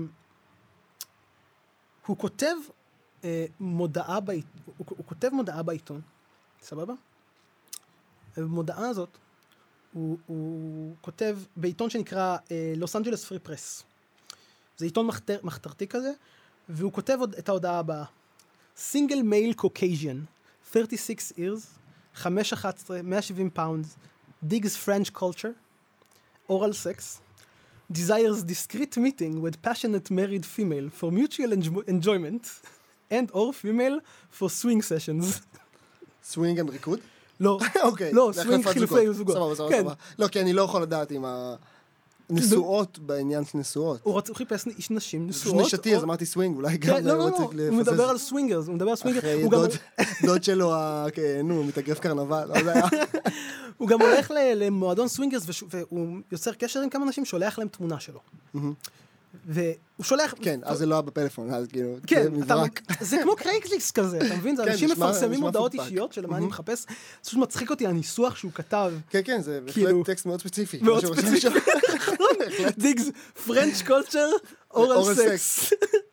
כותב מודעה בעיתון, סבבה? במודעה הזאת, הוא כותב בעיתון שנקרא לוס אנג'לס פרי פרס. זה עיתון מחתרתי כזה, והוא כותב את ההודעה הבאה. Single male Caucasian, 36 years, 5'11", 170 pounds, digs French culture, oral sex, desires discreet meeting with passionate married female for mutual enjoyment, and or female for swing sessions. סווינג and ריקוד? לא, לא, סווינג חילופי זוגות. סבבה. לא, כי אני לא יכול לדעת עם הנשואות בעניין של נשואות. הוא חיפש נשים נשואות. נשתי, אז אמרתי סווינג, אולי גם לא, הוא מדבר על סווינגרס, אחרי דוד שלו, מתאגרף קרנבל, לא יודע. הוא גם הולך למועדון סווינגרס, והוא יוצר קשר עם כמה אנשים, שולח להם תמונה שלו. והוא שולח... כן, אז זה לא היה בפלאפון, אז כאילו, כן, זה כמו קרייקליסט כזה, אתה מבין? זה אנשים מפרסמים הודעות אישיות של מה אני מחפש, זה פשוט מצחיק אותי, הניסוח שהוא כתב. כן, כן, זה בהחלט טקסט מאוד ספציפי. מאוד ספציפי. דיגס, פרנץ' קולצ'ר, אורל סקס.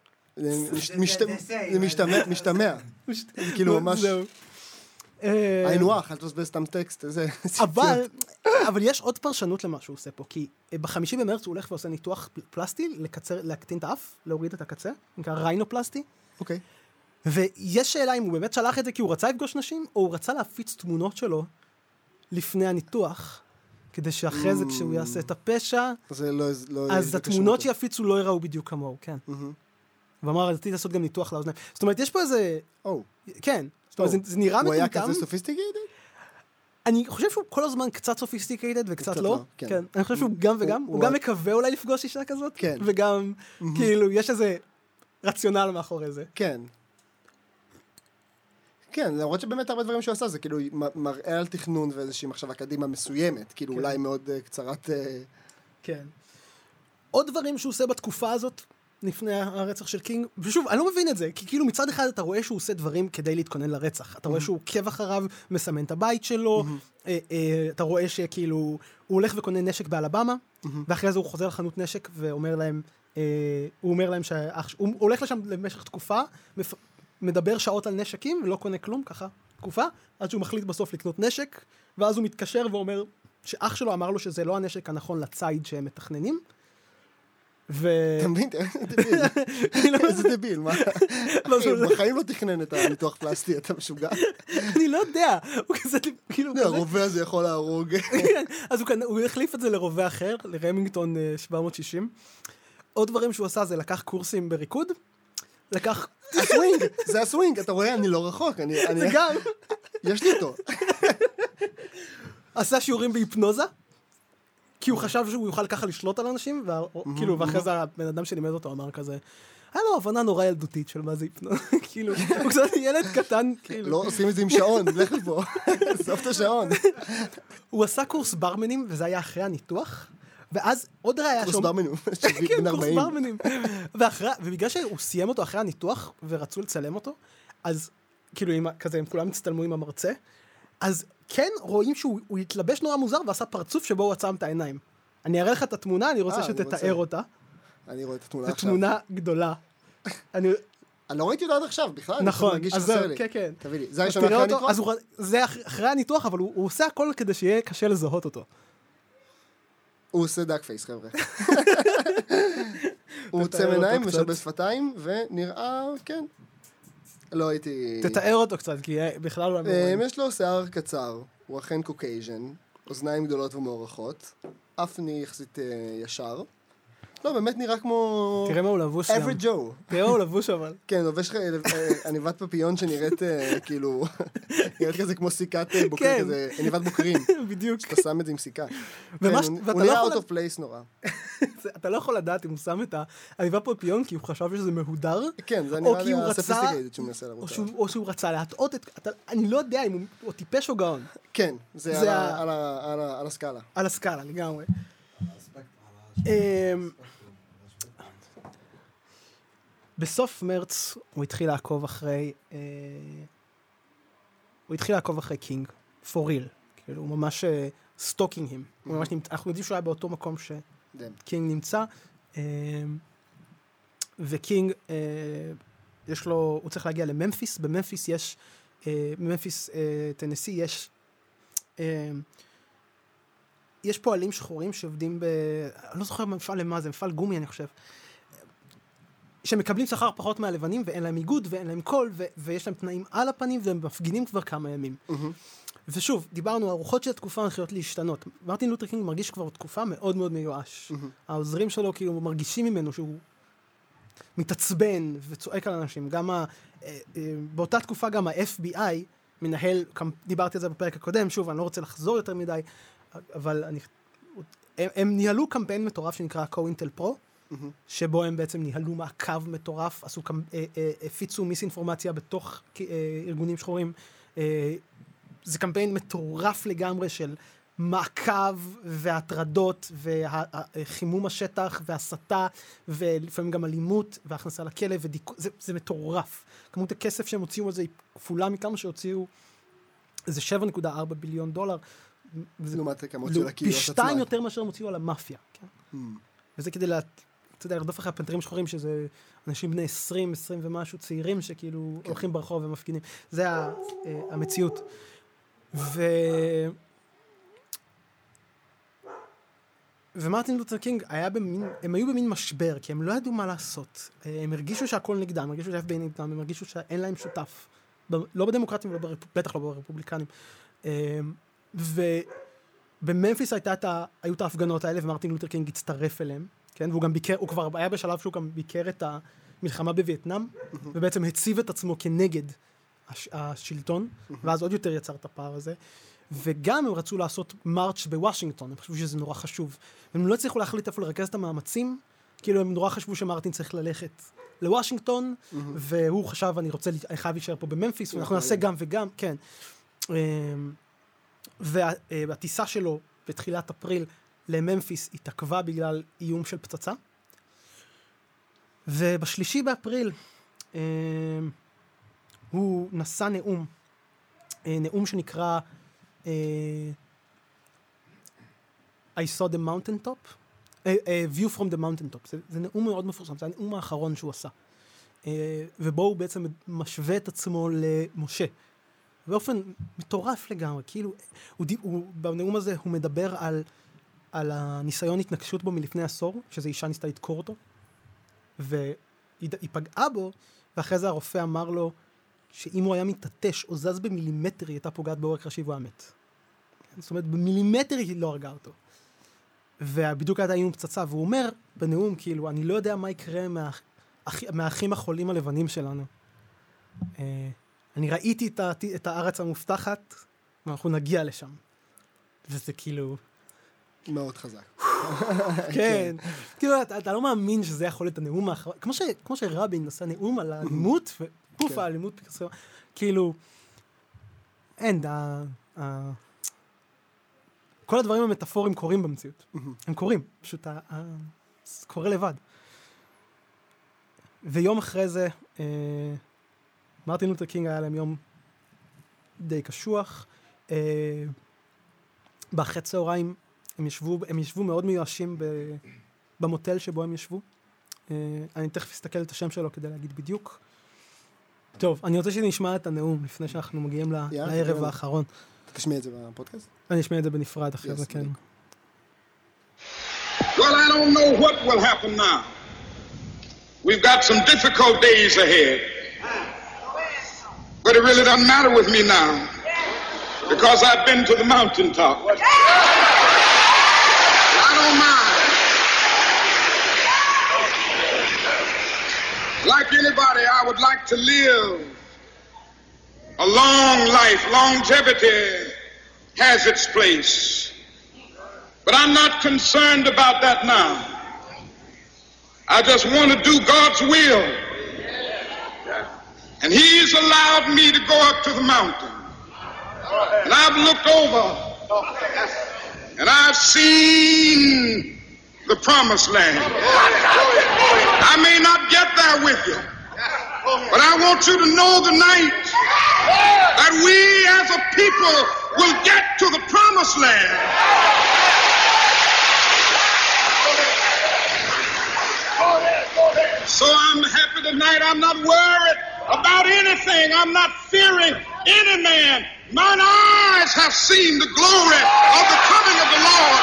זה משתמע. כאילו ממש... היינו אח, אל תוסבס סתם טקסט, איזה... אבל יש עוד פרשנות למה שהוא עושה פה, כי ב5 במרץ הוא הולך ועושה ניתוח פלסטי, להקטין את האף, להוריד את הקצה, נקרא ריינופלסטי. אוקיי. ויש שאלה אם הוא באמת שלח את זה כי הוא רצה לפגוש נשים, או הוא רצה להפיץ תמונות שלו לפני הניתוח, כדי שאחרי זה כשהוא יעשה את הפשע, אז התמונות שיפיצו לא יראו בדיוק כמוהו, כן. ואמר, רציתי לעשות גם ניתוח לאוזניים. זאת אומרת, יש פה איזה... כן. זה נראה מטומטם. הוא היה כזה סופיסטיקייטד? אני חושב שהוא כל הזמן קצת סופיסטיקייטד וקצת לא. כן. אני חושב שהוא גם וגם. הוא גם מקווה אולי לפגוש אישה כזאת. כן. וגם, כאילו, יש איזה רציונל מאחורי זה. כן. כן, למרות שבאמת הרבה דברים שהוא עשה, זה כאילו מראה על תכנון ואיזושהי מחשבה קדימה מסוימת. כאילו אולי מאוד קצרת... כן. עוד דברים שהוא עושה בתקופה הזאת, לפני הרצח של קינג, ושוב, אני לא מבין את זה, כי כאילו מצד אחד אתה רואה שהוא עושה דברים כדי להתכונן לרצח, אתה רואה שהוא עוקב אחריו, מסמן את הבית שלו, אתה רואה שכאילו, הוא הולך וקונה נשק באלבמה, ואחרי זה הוא חוזר לחנות נשק ואומר להם, הוא אומר להם הוא הולך לשם למשך תקופה, מדבר שעות על נשקים ולא קונה כלום, ככה, תקופה, עד שהוא מחליט בסוף לקנות נשק, ואז הוא מתקשר ואומר שאח שלו אמר לו שזה לא הנשק הנכון לצייד שהם מתכננים, אתה מבין? איזה דביל, מה? בחיים לא תכנן את הניתוח פלסטי, אתה משוגע. אני לא יודע. הוא כזה, כאילו... הרובה הזה יכול להרוג. אז הוא החליף את זה לרובה אחר, לרמינגטון 760. עוד דברים שהוא עשה זה לקח קורסים בריקוד, לקח... הסווינג, זה הסווינג, אתה רואה, אני לא רחוק. זה גם. יש לי אותו. עשה שיעורים בהיפנוזה. כי הוא חשב שהוא יוכל ככה לשלוט על אנשים, כאילו, ואחרי זה הבן אדם שלימד אותו אמר כזה, היה לו הבנה נורא ילדותית של מה זה היפנוזה, כאילו, הוא קצת ילד קטן, כאילו. לא עושים את זה עם שעון, לך לפה, סוף את השעון. הוא עשה קורס ברמנים, וזה היה אחרי הניתוח, ואז עוד ראיה קורס ברמנים, כן, קורס ברמנים. ובגלל שהוא סיים אותו אחרי הניתוח, ורצו לצלם אותו, אז כאילו, כזה, הם כולם הצטלמו עם המרצה, אז כן רואים שהוא התלבש נורא מוזר ועשה פרצוף שבו הוא עצם את העיניים. אני אראה לך את התמונה, אני רוצה שתתאר אותה. אני רואה את התמונה עכשיו. זו תמונה גדולה. אני לא ראיתי אותה עד עכשיו, בכלל. נכון, אז זהו, כן, כן. תביא לי, זה הראשון אחרי הניתוח? זה אחרי הניתוח, אבל הוא עושה הכל כדי שיהיה קשה לזהות אותו. הוא עושה דאק פייס, חבר'ה. הוא עוצם עיניים, משלבש שפתיים, ונראה, כן. לא הייתי... תתאר אותו קצת, כי בכלל לא... יש לו שיער קצר, הוא אכן קוקייז'ן, אוזניים גדולות ומעורכות, אפני יחסית ישר. לא, באמת נראה כמו... תראה מה הוא לבוש שם. average Joe. תראה מה הוא לבוש אבל. כן, לובש עניבת פפיון שנראית כאילו... נראית כזה כמו סיכת בוקר כזה, עניבת בוקרים. בדיוק. שאתה שם את זה עם סיכה. הוא נראה out of place נורא. אתה לא יכול לדעת אם הוא שם את העניבת פפיון כי הוא חשב שזה מהודר. כן, זה נראה לי הסופיסטיקייטד שהוא מנסה לרוץ. או שהוא רצה להטעות את... אני לא יודע אם הוא טיפש או גאון. כן, זה על הסקאלה. על הסקאלה, לגמרי. בסוף מרץ הוא התחיל לעקוב אחרי קינג, for real. כאילו, הוא ממש סטוקינג הם. אנחנו יודעים שהוא היה באותו מקום שקינג נמצא. וקינג, הוא צריך להגיע לממפיס. בממפיס, טנסי, יש פועלים שחורים שעובדים אני לא זוכר מפעל למה זה, מפעל גומי אני חושב. שמקבלים שכר פחות מהלבנים, ואין להם איגוד, ואין להם קול, ויש להם תנאים על הפנים, והם מפגינים כבר כמה ימים. ושוב, דיברנו, הרוחות של התקופה הולכות להשתנות. מרטין לותר קינג מרגיש כבר תקופה מאוד מאוד מיואש. העוזרים שלו כאילו מרגישים ממנו שהוא מתעצבן וצועק על אנשים. גם באותה תקופה גם ה-FBI מנהל, דיברתי על זה בפרק הקודם, שוב, אני לא רוצה לחזור יותר מדי, אבל הם ניהלו קמפיין מטורף שנקרא Co-Intel Pro, שבו הם בעצם ניהלו מעקב מטורף, הפיצו מיסאינפורמציה בתוך ארגונים שחורים. זה קמפיין מטורף לגמרי של מעקב והטרדות וחימום השטח והסתה ולפעמים גם אלימות והכנסה לכלא זה מטורף. כמות הכסף שהם הוציאו על זה היא כפולה מכמה שהוציאו, זה $7.4 ביליון. לעומת כמות של הקהילות עצמן. פי 2 יותר מאשר הם הוציאו על המאפיה. וזה כדי לרדוף אחרי הפנתרים שחורים, שזה אנשים בני 20 ומשהו צעירים שכאילו הולכים ברחוב ומפגינים. זה המציאות. ומרטין לותר קינג הם היו במין משבר, כי הם לא ידעו מה לעשות. הם הרגישו שהכל נגדם, הם הרגישו שה-FBI נגדם, הם הרגישו שאין להם שותף. לא בדמוקרטים ובטח לא ברפובליקנים. ובממפיס היו את ההפגנות האלה, ומרטין לותר קינג הצטרף אליהם. כן, והוא גם ביקר, הוא כבר היה בשלב שהוא גם ביקר את המלחמה בווייטנאם, ובעצם הציב את עצמו כנגד השלטון, ואז עוד יותר יצר את הפער הזה. וגם הם רצו לעשות מרץ' בוושינגטון, הם חשבו שזה נורא חשוב. הם לא הצליחו להחליט איפה לרכז את המאמצים, כאילו הם נורא חשבו שמרטין צריך ללכת לוושינגטון, והוא חשב, אני חייב להישאר פה בממפיס, ואנחנו נעשה גם וגם, כן. והטיסה שלו בתחילת אפריל לממפיס התעכבה בגלל איום של פצצה. ובשלישי באפריל הוא נשא נאום שנקרא I saw the mountain top, view from the mountain top. זה נאום מאוד מפורסם, זה הנאום האחרון שהוא עשה. ובו הוא בעצם משווה את עצמו למשה. באופן מטורף לגמרי, כאילו, בנאום הזה הוא מדבר על הניסיון התנגשות בו מלפני עשור, שזו אישה ניסתה לדקור אותו, והיא פגעה בו, ואחרי זה הרופא אמר לו, שאם הוא היה מתעטש או זז במילימטר, היא הייתה פוגעת בעורק ראשי והוא היה מת. זאת אומרת, במילימטר היא לא הרגה אותו. ובדיוק הייתה איום פצצה, והוא אומר בנאום, כאילו, אני לא יודע מה יקרה מהאחים החולים הלבנים שלנו. אני ראיתי את הארץ המובטחת, ואנחנו נגיע לשם. וזה כאילו... מאוד חזק. כן. כאילו, אתה לא מאמין שזה יכול להיות הנאום האחרון. כמו שרבין עשה נאום על האלימות, ופוף, האלימות, כאילו, אין, כל הדברים המטאפוריים קורים במציאות. הם קורים, פשוט זה קורה לבד. ויום אחרי זה, מרטין לותר קינג היה להם יום די קשוח. באחרי צהריים הם ישבו מאוד מיואשים במוטל שבו הם ישבו. אני תכף אסתכל את השם שלו כדי להגיד בדיוק. טוב, אני רוצה שנשמע את הנאום לפני שאנחנו מגיעים לערב האחרון. תשמיע את זה בפודקאסט? אני אשמיע את זה בנפרד אחרי זה, כן. Well, I don't know what will happen now. We've got some difficult days ahead. But it really doesn't matter with me now because I've been to the mountaintop. I don't mind. Like anybody, I would like to live a long life. Longevity has its place. But I'm not concerned about that now. I just want to do God's will. And He's allowed me to go up to the mountain. And I've looked over and I've seen the promised land. I may not get there with you, but I want you to know tonight that we as a people will get to the promised land. So I'm happy tonight. I'm not worried about anything. I'm not fearing any man. Mine eyes have seen the glory of the coming of the Lord.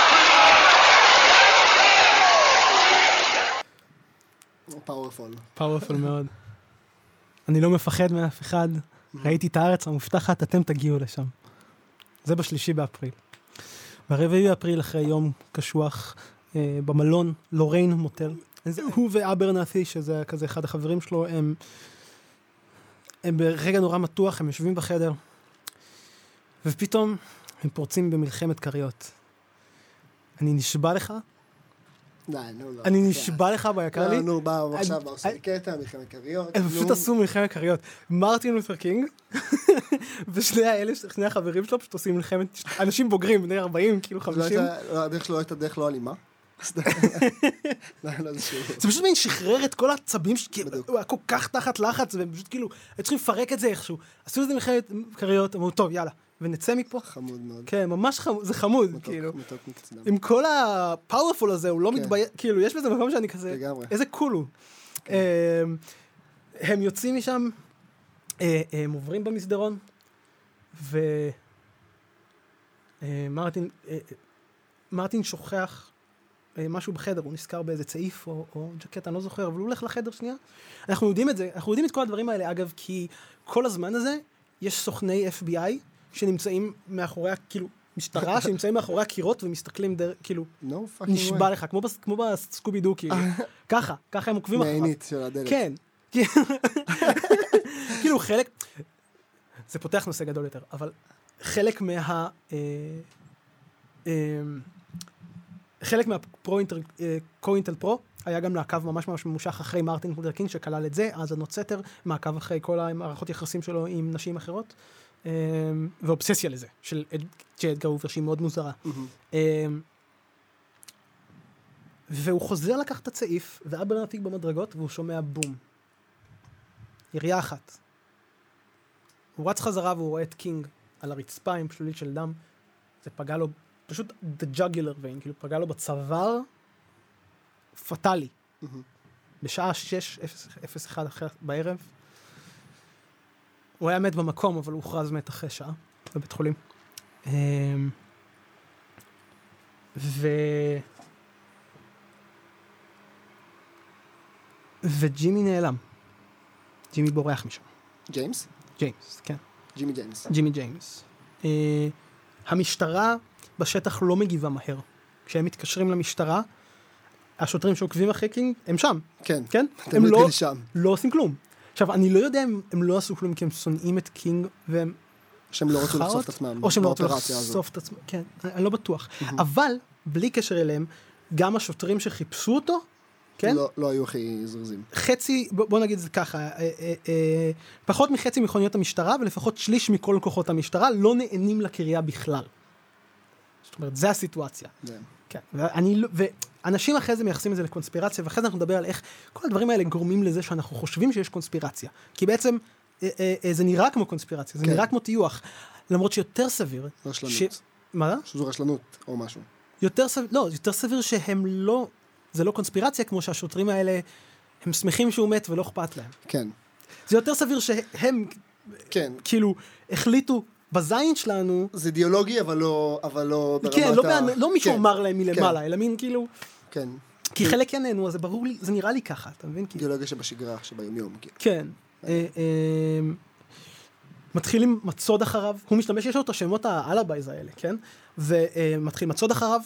פאורפול מאוד. אני לא מפחד מאף אחד. ראיתי את הארץ המובטחת, אתם תגיעו לשם. זה ב3 באפריל. ב4 באפריל, אחרי יום קשוח, במלון לוריין מוטל. הוא ואברנתי, שזה כזה אחד החברים שלו, הם ברגע נורא מתוח, הם יושבים בחדר, ופתאום הם פורצים במלחמת קריות. אני נשבע לך, אני נשבע לך ביקר לי. נו, באו עכשיו, עושה קטע, מלחמת קריות. הם פשוט עשו מלחמת קריות. מרטין לותר קינג, ושני החברים שלו פשוט עושים מלחמת, אנשים בוגרים, בני 40, כאילו 50. הדרך שלו הייתה דרך לא אלימה. זה פשוט מין שחרר את כל הצבים, הוא היה כל כך תחת לחץ, והם פשוט כאילו, היו צריכים לפרק את זה איכשהו. עשו את זה מלחמת קריות, אמרו, טוב, יאללה, ונצא מפה. חמוד מאוד. כן, ממש חמוד, זה חמוד, כאילו. עם כל הפאורפול הזה, הוא לא מתבייש, כאילו, יש בזה מקום שאני כזה, איזה קול הוא. הם יוצאים משם, הם עוברים במסדרון, ומרטין שוכח משהו בחדר, הוא נזכר באיזה צעיף או ג'קט, אני לא זוכר, אבל הוא הולך לחדר שנייה. אנחנו יודעים את זה, אנחנו יודעים את כל הדברים האלה, אגב, כי כל הזמן הזה יש סוכני FBI שנמצאים מאחורי, כאילו, משטרה שנמצאים מאחורי הקירות ומסתכלים כאילו, נשבע לך, כמו בסקובי דו, כאילו. ככה הם עוקבים אחריו. מעינית של הדלת. כן. כאילו, חלק, זה פותח נושא גדול יותר, אבל חלק חלק מהקו-אינטל פרו היה גם לעקב ממש ממושך אחרי מרטין לותר קינג שכלל את זה, אז הנוצטר מעקב אחרי כל המערכות יחסים שלו עם נשים אחרות, ואובססיה לזה, של אדגר הובר, שהיא מאוד מוזרה. והוא חוזר לקח את הצעיף, ואברנתי במדרגות, והוא שומע בום. ירייה אחת. הוא רץ חזרה והוא רואה את קינג על הרצפה עם שלולית של דם, זה פגע לו פשוט the jugular vein, כאילו פגע לו בצוואר פטלי. בשעה 6:01 אחרי בערב. הוא היה מת במקום, אבל הוא הוכרז מת אחרי שעה בבית חולים. וג'ימי נעלם. ג'ימי בורח משם. ג'יימס? ג'יימס, כן. ג'ימי ג'יימס. המשטרה בשטח לא מגיבה מהר. כשהם מתקשרים למשטרה, השוטרים שעוקבים אחרי קינג, הם שם. כן. כן? הם לא עושים כלום. עכשיו, אני לא יודע אם הם לא עשו כלום כי הם שונאים את קינג והם שהם לא רצו לחשוף את עצמם. או שהם לא רצו לחשוף את עצמם. כן, אני לא בטוח. אבל, בלי קשר אליהם, גם השוטרים שחיפשו אותו, כן? לא היו הכי זרזים. חצי, בוא נגיד זה ככה, פחות מחצי מכוניות המשטרה, ולפחות שליש מכל כוחות המשטרה, לא נהנים לקריה בכלל. זאת אומרת, זה הסיטואציה. כן. ואנשים אחרי זה מייחסים את זה לקונספירציה, ואחרי זה אנחנו נדבר על איך כל הדברים האלה גורמים לזה שאנחנו חושבים שיש קונספירציה. כי בעצם זה נראה כמו קונספירציה, זה נראה כמו טיוח. למרות שיותר סביר... רשלנות. מה? שזו רשלנות או משהו. יותר סביר שהם לא... זה לא קונספירציה, כמו שהשוטרים האלה, הם שמחים שהוא מת ולא אכפת להם. כן. זה יותר סביר שהם, כן. כאילו, החליטו בזין שלנו... זה אידיאולוגי, אבל לא ברמת כן, לא מישהו אמר להם מלמעלה, אלא מין כאילו... כן. כי חלק יננו, אז זה ברור לי, זה נראה לי ככה, אתה מבין? אידיאולוגיה שבשגרה, שביומיום. כן. מתחיל עם מצוד אחריו, הוא משתמש, יש לו את השמות האלאבייז האלה, כן? ומתחיל מצוד אחריו,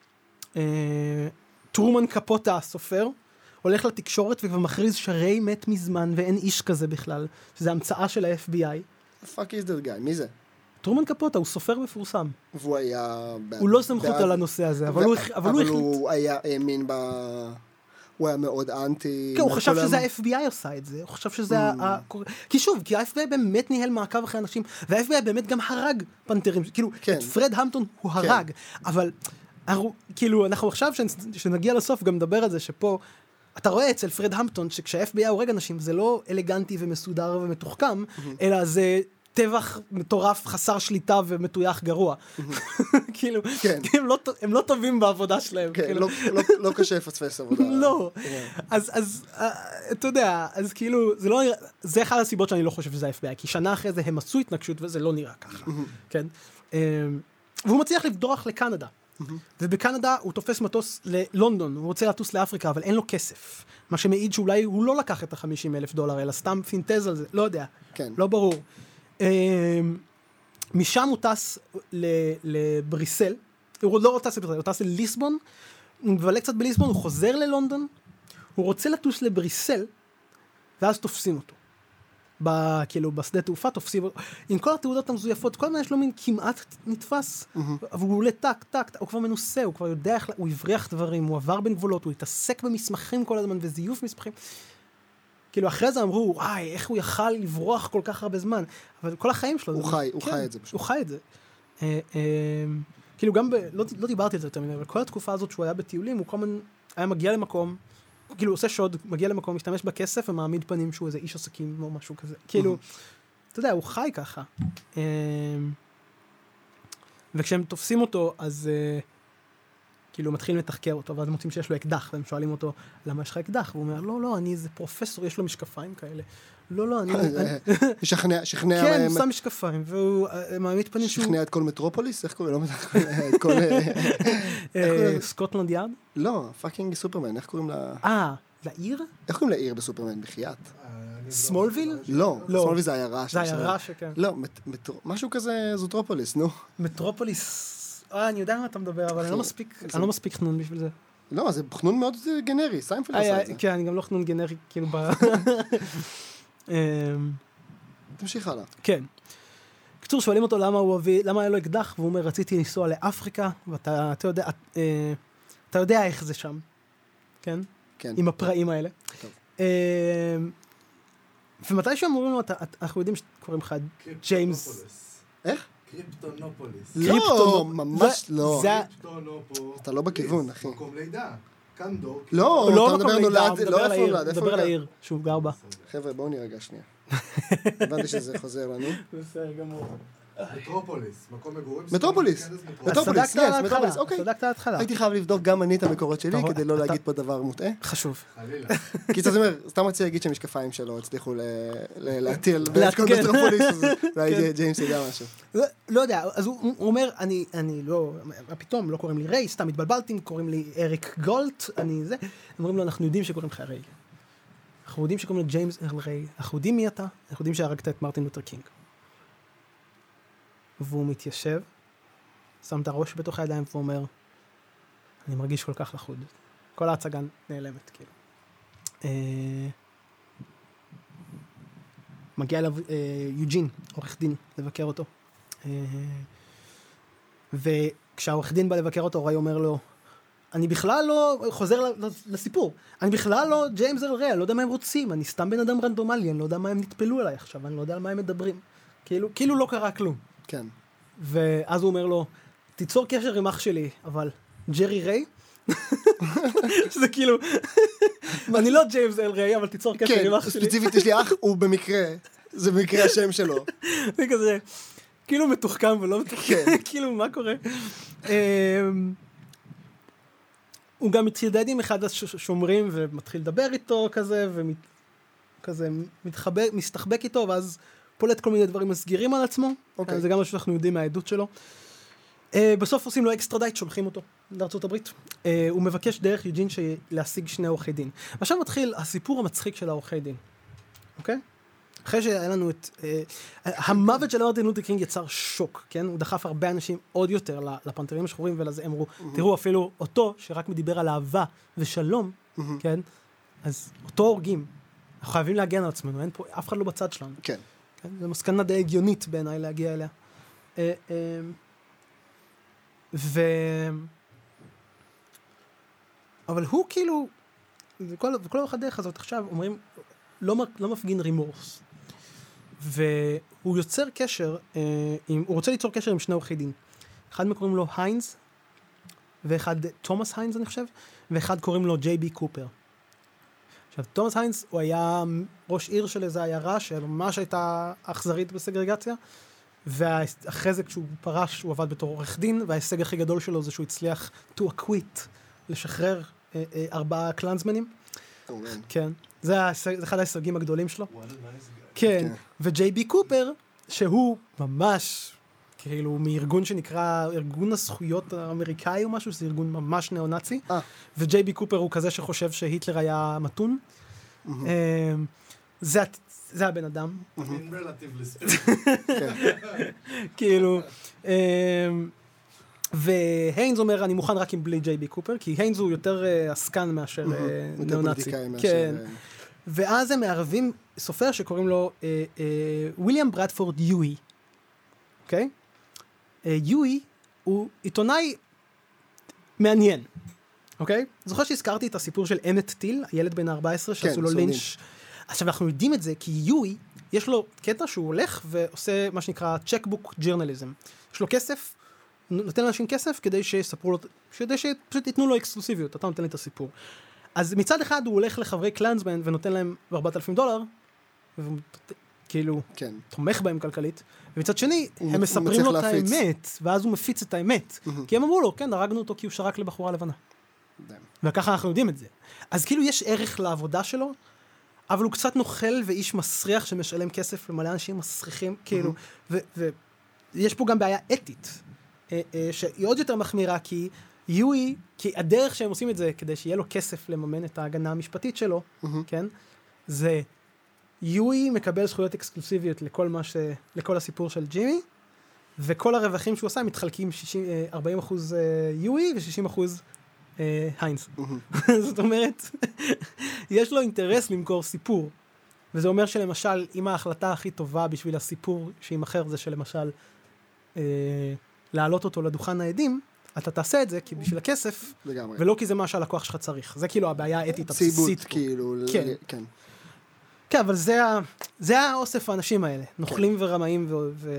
טרומן קפוטה הסופר, הולך לתקשורת ומכריז שריי מת מזמן ואין איש כזה בכלל, שזה המצאה של ה-FBI. The fuck is that guy? מי זה? טרומן קפוטה, הוא סופר מפורסם. והוא היה... הוא לא סמכות על הנושא הזה, אבל הוא החליט. אבל הוא היה האמין הוא היה מאוד אנטי... כן, הוא חשב שזה ה-FBI עושה את זה, הוא חשב שזה כי שוב, כי ה-FBI באמת ניהל מעקב אחרי אנשים, וה-FBI באמת גם הרג פנתרים, כאילו, את פרד המפטון הוא הרג, אבל כאילו, אנחנו עכשיו, שנגיע לסוף, גם נדבר על זה שפה, אתה רואה אצל פרד המפטון, שכשה-FBI הורג אנשים, זה לא אלגנטי ומסודר ומתוחכם, אלא זה טבח מטורף, חסר שליטה ומטויח גרוע. כאילו, הם לא טובים בעבודה שלהם. לא קשה לפספס עבודה. לא. אז, אתה יודע, אז כאילו, זה אחד הסיבות שאני לא חושב שזה ה-FBI, כי שנה אחרי זה הם עשו התנגשות וזה לא נראה ככה. כן? והוא מצליח לבדוח לקנדה. ובקנדה הוא תופס מטוס ללונדון, הוא רוצה לטוס לאפריקה, אבל אין לו כסף. מה שמעיד שאולי הוא לא לקח את $50,000, אלא סתם פינטז על זה, לא יודע. לא ברור. משם הוא טס לבריסל, הוא לא טס לבריסל, הוא טס לליסבון, הוא מבלה קצת בליסבון, הוא חוזר ללונדון, הוא רוצה לטוס לבריסל, ואז תופסים אותו. כאילו בשדה תעופה תופסים אותו, עם כל התעודות המזויפות, כל מה יש לו מין כמעט נתפס, אבל הוא עולה טק, הוא כבר מנוסה, הוא כבר יודע איך, הוא הבריח דברים, הוא עבר בין גבולות, הוא התעסק במסמכים כל הזמן, וזיוף מסמכים. כאילו אחרי זה אמרו, וואי, איך הוא יכל לברוח כל כך הרבה זמן, אבל כל החיים שלו... הוא חי את זה פשוט. הוא חי את זה. כאילו גם, לא דיברתי על זה יותר מדי, אבל כל התקופה הזאת שהוא היה בטיולים, הוא כל הזמן היה מגיע למקום, כאילו עושה שוד, מגיע למקום, משתמש בכסף ומעמיד פנים שהוא איזה איש עסקים או משהו כזה. כאילו, אתה יודע, הוא חי ככה. וכשהם תופסים אותו, אז כאילו מתחילים לתחקר אותו, ואז מוצאים שיש לו אקדח, והם שואלים אותו, למה יש לך אקדח? והוא אומר, לא, אני איזה פרופסור, יש לו משקפיים כאלה. לא, אני... שכנע... כן, הוא שם משקפיים, והוא מעמיד פנים שהוא... שכנע את כל מטרופוליס? איך קוראים? לא את כל... סקוטלנד יארד? לא, פאקינג סופרמן, איך קוראים לה... לעיר? איך קוראים לעיר בסופרמן? בחייאת? סמולוויל? לא, סמולוויל זה עיירה. זה עיירה שכן. לא, משהו כזה זוטרופוליס, נו. מטרופוליס... אני יודע מה אתה מדבר, אבל אני לא מספיק חנון בשביל זה. לא, זה חנון מאוד גנרי, סיינפלד עשה את זה. כן, אני גם לא חנון גנרי, כאילו תמשיך הלאה. כן. קצור, שואלים אותו למה היה לו אקדח, והוא אומר, רציתי לנסוע לאפריקה, ואתה יודע איך זה שם. כן? כן. עם הפראים האלה. ומתי שאומרים לו, אנחנו יודעים שקוראים לך ג'יימס... איך? קריפטונופוליס. לא, ממש לא. קריפטונופוליס. אתה לא בכיוון, אחי. מקום לידה. קנדו. לא, אתה מדבר נולד, לא איפה נולד, מדבר על העיר שהוא גר בה. חבר'ה, בואו נרגע שנייה. הבנתי שזה חוזר לנו. בסדר גמור. מטרופוליס, מקום מגורים. מטרופוליס, אוקיי. צדקת ההתחלה. הייתי חייב לבדוק גם אני את המקורות שלי, כדי לא להגיד פה דבר מוטעה. חשוב. חלילה. כי זאת אומרת, סתם רציתי להגיד שהמשקפיים שלו הצליחו להטיל ואת כל מטרופוליס, אז אולי ג'יימס ידע משהו. לא יודע, אז הוא אומר, אני לא, פתאום לא קוראים לי ריי, סתם התבלבלתי, קוראים לי אריק גולט, אני זה, אומרים לו, אנחנו יודעים שקוראים לך ריי. אנחנו יודעים שקוראים לו ג'יימס ריי, אנחנו יודעים מי אתה, אנחנו יודעים שהרגת את מרטין לותר קינג. והוא מתיישב, שם את הראש בתוך הידיים ואומר, אני מרגיש כל כך לחוד. כל ההצגה נעלמת, כאילו. מגיע אליו יוג'ין, עורך דין, לבקר אותו. וכשהעורך דין בא לבקר אותו, ריי אומר לו, אני בכלל לא, חוזר לסיפור, אני בכלל לא ג'יימס ריי, אני לא יודע מה הם רוצים, אני סתם בן אדם רנדומלי, אני לא יודע מה הם נטפלו עליי עכשיו, אני לא יודע על מה הם מדברים. כאילו לא קרה כלום. כן. ואז הוא אומר לו, תיצור קשר עם אח שלי, אבל ג'רי ריי? שזה כאילו, אני לא ג'יימס ריי, אבל תיצור קשר עם אח שלי. כן, ספציפית יש לי אח, הוא במקרה, זה במקרה השם שלו. זה כזה, כאילו מתוחכם ולא מתוחכם, כאילו מה קורה? הוא גם מתחיל עם אחד השומרים ומתחיל לדבר איתו כזה, וכזה מסתחבק איתו, ואז פולט כל מיני דברים מסגירים על עצמו, זה גם משהו שאנחנו יודעים מהעדות שלו. בסוף עושים לו אקסטרדייט, שולחים אותו לארצות הברית. הוא מבקש דרך יוג'ין להשיג 2 עורכי דין. עכשיו מתחיל הסיפור המצחיק של העורכי דין. אוקיי? אחרי שהיה לנו את... המוות של מרטין לותר קינג יצר שוק, כן? הוא דחף הרבה אנשים עוד יותר לפנתרים השחורים, ולזה אמרו, תראו, אפילו אותו, שרק מדבר על אהבה ושלום, כן? אז אותו הורגים. אנחנו חייבים להגן על עצמנו, אין פה, אף אחד לא בצד שלנו. כן. זו מסקנה די הגיונית בעיניי להגיע אליה. אבל הוא כאילו, וכל אחד דרך הזאת עכשיו אומרים, לא מפגין רימורס. והוא יוצר קשר, הוא רוצה ליצור קשר עם שני עורכי דין. אחד קוראים לו היינס, ואחד תומאס היינס אני חושב, ואחד קוראים לו ג'יי בי קופר. עכשיו, תומאס היינס הוא היה ראש עיר של איזו עיירה שממש הייתה אכזרית בסגרגציה, ואחרי זה כשהוא פרש הוא עבד בתור עורך דין, וההישג הכי גדול שלו זה שהוא הצליח to acquit, לשחרר 4 קלאנסמנים. כן, זה אחד ההישגים הגדולים שלו. כן, וג'יי בי קופר, שהוא ממש, כאילו, מארגון שנקרא ארגון הזכויות האמריקאי או משהו, זה ארגון ממש נאו-נאצי, וג'יי בי קופר הוא כזה שחושב שהיטלר היה מתון. זה הבן אדם. כאילו, והיינס אומר, אני מוכן רק עם בלי ג'יי בי קופר, כי היינס הוא יותר עסקן מאשר נאו-נאצי. כן. ואז הם מערבים סופר שקוראים לו וויליאם ברדפורד יואי. אוקיי? יואי הוא עיתונאי מעניין. אוקיי? זוכר שהזכרתי את הסיפור של אמט טיל, הילד בן 14 שעשו לו לינץ'. עכשיו אנחנו יודעים את זה כי יואי, יש לו קטע שהוא הולך ועושה מה שנקרא צ'קבוק ג'רנליזם. יש לו כסף, נותן לאנשים כסף כדי שיספרו לו, כדי שפשוט ייתנו לו אקסקלוסיביות, אתה נותן לי את הסיפור. אז מצד אחד הוא הולך לחברי קלאנסמן ונותן להם $4,000, וכאילו תומך בהם כלכלית, ומצד שני הם מספרים לו את האמת, ואז הוא מפיץ את האמת. כי הם אמרו לו, כן, הרגנו אותו כי הוא שרק לבחורה לבנה. וככה אנחנו יודעים את זה. אז כאילו יש ערך לעבודה שלו, אבל הוא קצת נוכל ואיש מסריח שמשלם כסף למלא אנשים מסריחים, כאילו, ויש פה גם בעיה אתית, שהיא עוד יותר מחמירה, כי יואי, כי הדרך שהם עושים את זה, כדי שיהיה לו כסף לממן את ההגנה המשפטית שלו, כן? זה יואי מקבל זכויות אקסקלוסיביות לכל הסיפור של ג'ימי, וכל הרווחים שהוא עושה מתחלקים 40% יואי ו-60% היינס. זאת אומרת, יש לו אינטרס למכור סיפור. וזה אומר שלמשל, אם ההחלטה הכי טובה בשביל הסיפור שימחר זה שלמשל להעלות אותו לדוכן העדים, אתה תעשה את זה כי בשביל הכסף, ולא כי זה מה שהלקוח שלך צריך. זה כאילו הבעיה האתית הבסיסית. ציבות כאילו. כן. כן, אבל זה האוסף האנשים האלה. נוכלים ורמאים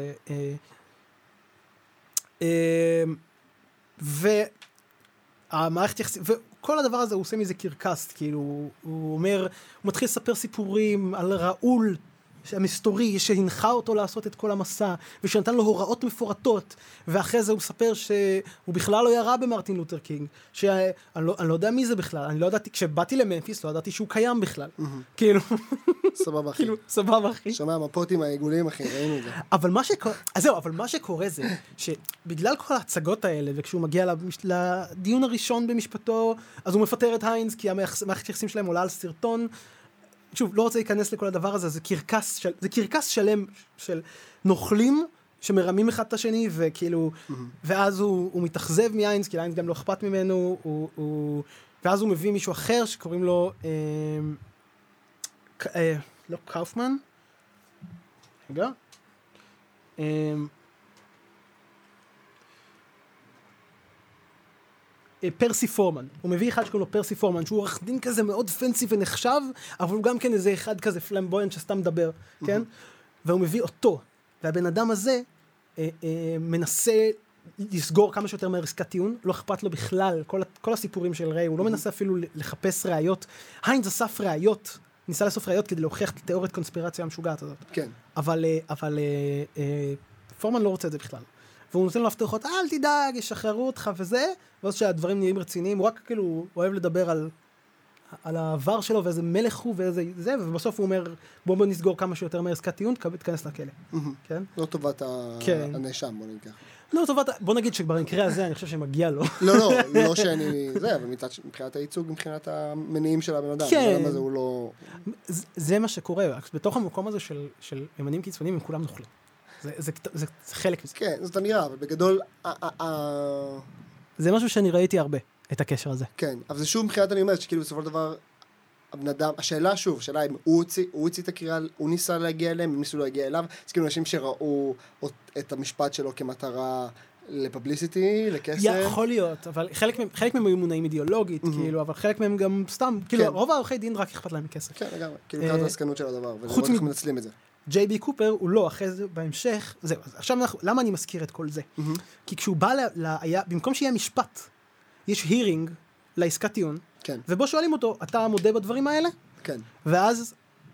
והמערכת יחסית, וכל הדבר הזה הוא עושה מזה קרקס, כאילו, הוא אומר, הוא מתחיל לספר סיפורים על ראול, המסתורי, שהנחה אותו לעשות את כל המסע, ושנתן לו הוראות מפורטות, ואחרי זה הוא מספר שהוא בכלל לא ירה במרטין לותר קינג, שאני לא יודע מי זה בכלל, אני לא ידעתי, כשבאתי לממפיס, לא ידעתי שהוא קיים בכלל. כאילו, סבבה אחי. סבבה אחי. שומע המפות עם העיגולים אחי, ראינו את זה. אבל מה שקורה זה, שבגלל כל ההצגות האלה, וכשהוא מגיע לדיון הראשון במשפטו, אז הוא מפטר את היינס, כי המערכת יחסים שלהם עולה על סרטון, שוב, לא רוצה להיכנס לכל הדבר הזה, זה קרקס שלם של נוכלים שמרמים אחד את השני, וכאילו, ואז הוא מתאכזב מהיינס, כי היינס גם לא אכפת ממנו, ואז הוא מביא מישהו אחר שקוראים לו, לא קאופמן, רגע, פרסי פורמן. הוא מביא אחד שקוראים לו פרסי פורמן, שהוא עורך דין כזה מאוד פנסי ונחשב, אבל הוא גם כן איזה אחד כזה פלמבויינט שסתם מדבר, כן? והוא מביא אותו. והבן אדם הזה מנסה לסגור כמה שיותר מהר עסקת טיעון, לא אכפת לו בכלל, כל הסיפורים של ריי, הוא לא מנסה אפילו לחפש ראיות. היינס אסף ראיות, ניסה לאסוף ראיות כדי להוכיח את תיאוריית קונספירציה המשוגעת הזאת. כן. אבל פורמן לא רוצה את זה בכלל. והוא נותן לו להבטחות, אל תדאג, ישחררו אותך וזה, ואז שהדברים נהיים רציניים, הוא רק כאילו אוהב לדבר על העבר שלו, ואיזה מלך הוא, ואיזה זה, ובסוף הוא אומר, בואו נסגור כמה שיותר מהר עסקת טיעון, תכנס לכלא. כן? לא טובת הנאשם, בוא נגיד ככה. לא טובת, בוא נגיד שבמקרה הזה אני חושב שמגיע לו. לא שאני, זה, אבל מבחינת הייצוג, מבחינת המניעים של הבן אדם, למה זה הוא לא... זה מה שקורה, בתוך המקום הזה של ימנים קיצוניים, הם כולם נוכלים. זה חלק מזה. כן, זאת נראה, אבל בגדול... זה משהו שאני ראיתי הרבה, את הקשר הזה. כן, אבל זה שוב מבחינת אני אומרת, שכאילו בסופו של דבר, הבן אדם, השאלה אם הוא הוציא את הקריאה, הוא ניסה להגיע אליהם, הם ניסו להגיע אליו, אז כאילו אנשים שראו את המשפט שלו כמטרה לפבליסיטי, לכסף. יכול להיות, אבל חלק מהם היו מונעים אידיאולוגית, כאילו, אבל חלק מהם גם סתם, כאילו, רוב העורכי דין רק אכפת להם מכסף. כן, לגמרי, כאילו קראת הסכנות של הדבר, ולראות איך מנצלים את זה. ג'יי.בי קופר הוא לא, אחרי זה בהמשך, זהו, עכשיו למה אני מזכיר את כל זה? כי כשהוא בא במקום שיהיה משפט, יש הירינג לעסקת טיעון, ובו שואלים אותו, אתה מודה בדברים האלה? כן. ואז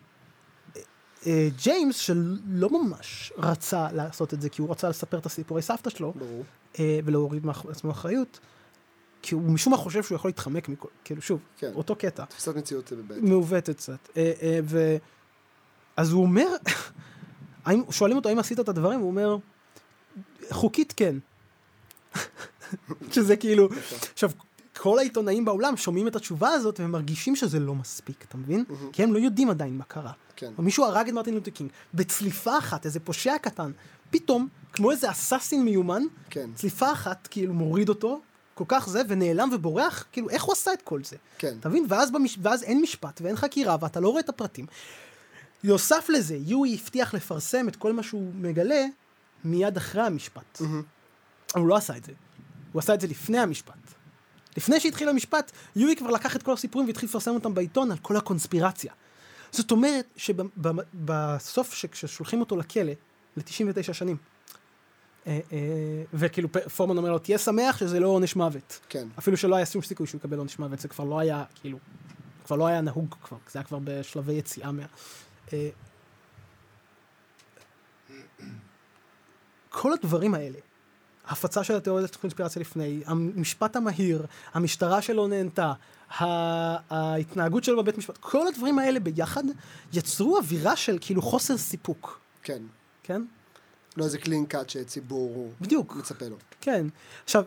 ג'יימס, שלא ממש רצה לעשות את זה, כי הוא רצה לספר את הסיפורי סבתא שלו, ולהוריד מעצמו אחריות, כי הוא משום מה חושב שהוא יכול להתחמק מכל, כאילו שוב, אותו קטע. תפיסת מציאות מעוותת קצת. אז הוא אומר, שואלים אותו, האם עשית את הדברים? הוא אומר, חוקית כן. שזה כאילו, עכשיו, כל העיתונאים בעולם שומעים את התשובה הזאת, והם מרגישים שזה לא מספיק, אתה מבין? כי הם לא יודעים עדיין מה קרה. מישהו הרג את מרטין לותר קינג, בצליפה אחת, איזה פושע קטן, פתאום, כמו איזה אסאסין מיומן, צליפה אחת, כאילו מוריד אותו, כל כך זה, ונעלם ובורח, כאילו, איך הוא עשה את כל זה? אתה מבין? ואז אין משפט, ואין חקירה, ואתה לא רואה את הפרטים. יוסף לזה, יואי הבטיח לפרסם את כל מה שהוא מגלה מיד אחרי המשפט. הוא לא עשה את זה. הוא עשה את זה לפני המשפט. לפני שהתחיל המשפט, יואי כבר לקח את כל הסיפורים והתחיל לפרסם אותם בעיתון על כל הקונספירציה. זאת אומרת שבסוף כששולחים אותו לכלא, ל-99 שנים, וכאילו פורמן אומר לו, תהיה שמח שזה לא עונש מוות. כן. אפילו שלא היה שום סיכוי שהוא יקבל עונש מוות, זה כבר לא היה, כאילו, כבר לא היה נהוג כבר, זה היה כבר בשלבי יציאה כל הדברים האלה, ההפצה של התיאוריות הקונספירציה לפני, המשפט המהיר, המשטרה שלו נהנתה, ההתנהגות שלו בבית משפט, כל הדברים האלה ביחד יצרו אווירה של כאילו חוסר סיפוק. כן. כן? לא איזה קלין קאט שציבור בדיוק. מצפה לו. כן. עכשיו,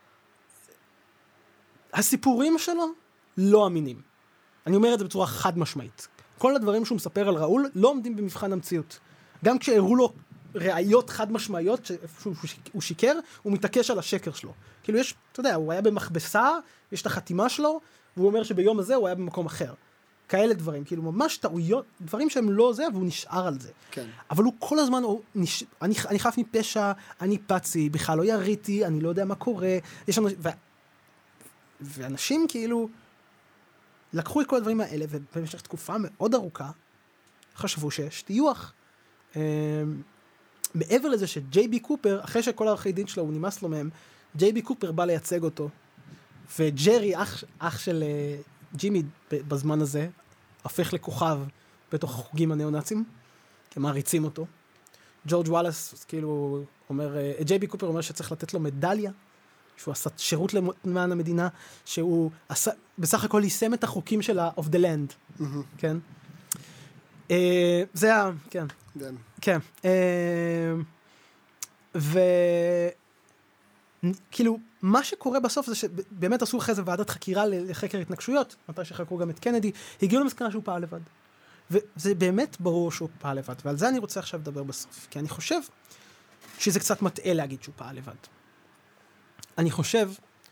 הסיפורים שלו לא אמינים. אני אומר את זה בצורה חד משמעית. כל הדברים שהוא מספר על ראול לא עומדים במבחן המציאות. גם כשהראו לו ראיות חד משמעיות שהוא שיקר, הוא מתעקש על השקר שלו. כאילו יש, אתה יודע, הוא היה במכבסה, יש את החתימה שלו, והוא אומר שביום הזה הוא היה במקום אחר. כאלה דברים, כאילו ממש טעויות, דברים שהם לא זה, והוא נשאר על זה. כן. אבל הוא כל הזמן, אני חף מפשע, אני פצי, בכלל לא יריתי, אני לא יודע מה קורה, יש לנו, ואנשים כאילו, לקחו את כל הדברים האלה, ובמשך תקופה מאוד ארוכה, חשבו שיש טיוח. מעבר לזה שג'יי.בי קופר, אחרי שכל הערכי דין שלו, הוא נמאס לו מהם, ג'יי.בי קופר בא לייצג אותו, וג'רי, אח של ג'ימי בזמן הזה, הפך לכוכב בתוך החוגים הנאו-נאצים, כי מעריצים אותו. ג'ורג' וואלאס, כאילו, אומר, ג'יי.בי קופר אומר שצריך לתת לו מדליה, שהוא עשה שירות למען המדינה, שהוא עשה, בסך הכל יישם את החוקים של of the land. כן? זה היה, כן. כן. וכאילו, מה שקורה בסוף זה שבאמת עשו אחרי זה ועדת חקירה לחקר התנגשויות, מתי שחקרו גם את קנדי, הגיעו למסקנה שהוא פעל לבד. וזה באמת ברור שהוא פעל לבד, ועל זה אני רוצה עכשיו לדבר בסוף, כי אני חושב שזה קצת מטעה להגיד שהוא פעל לבד. אני חושב,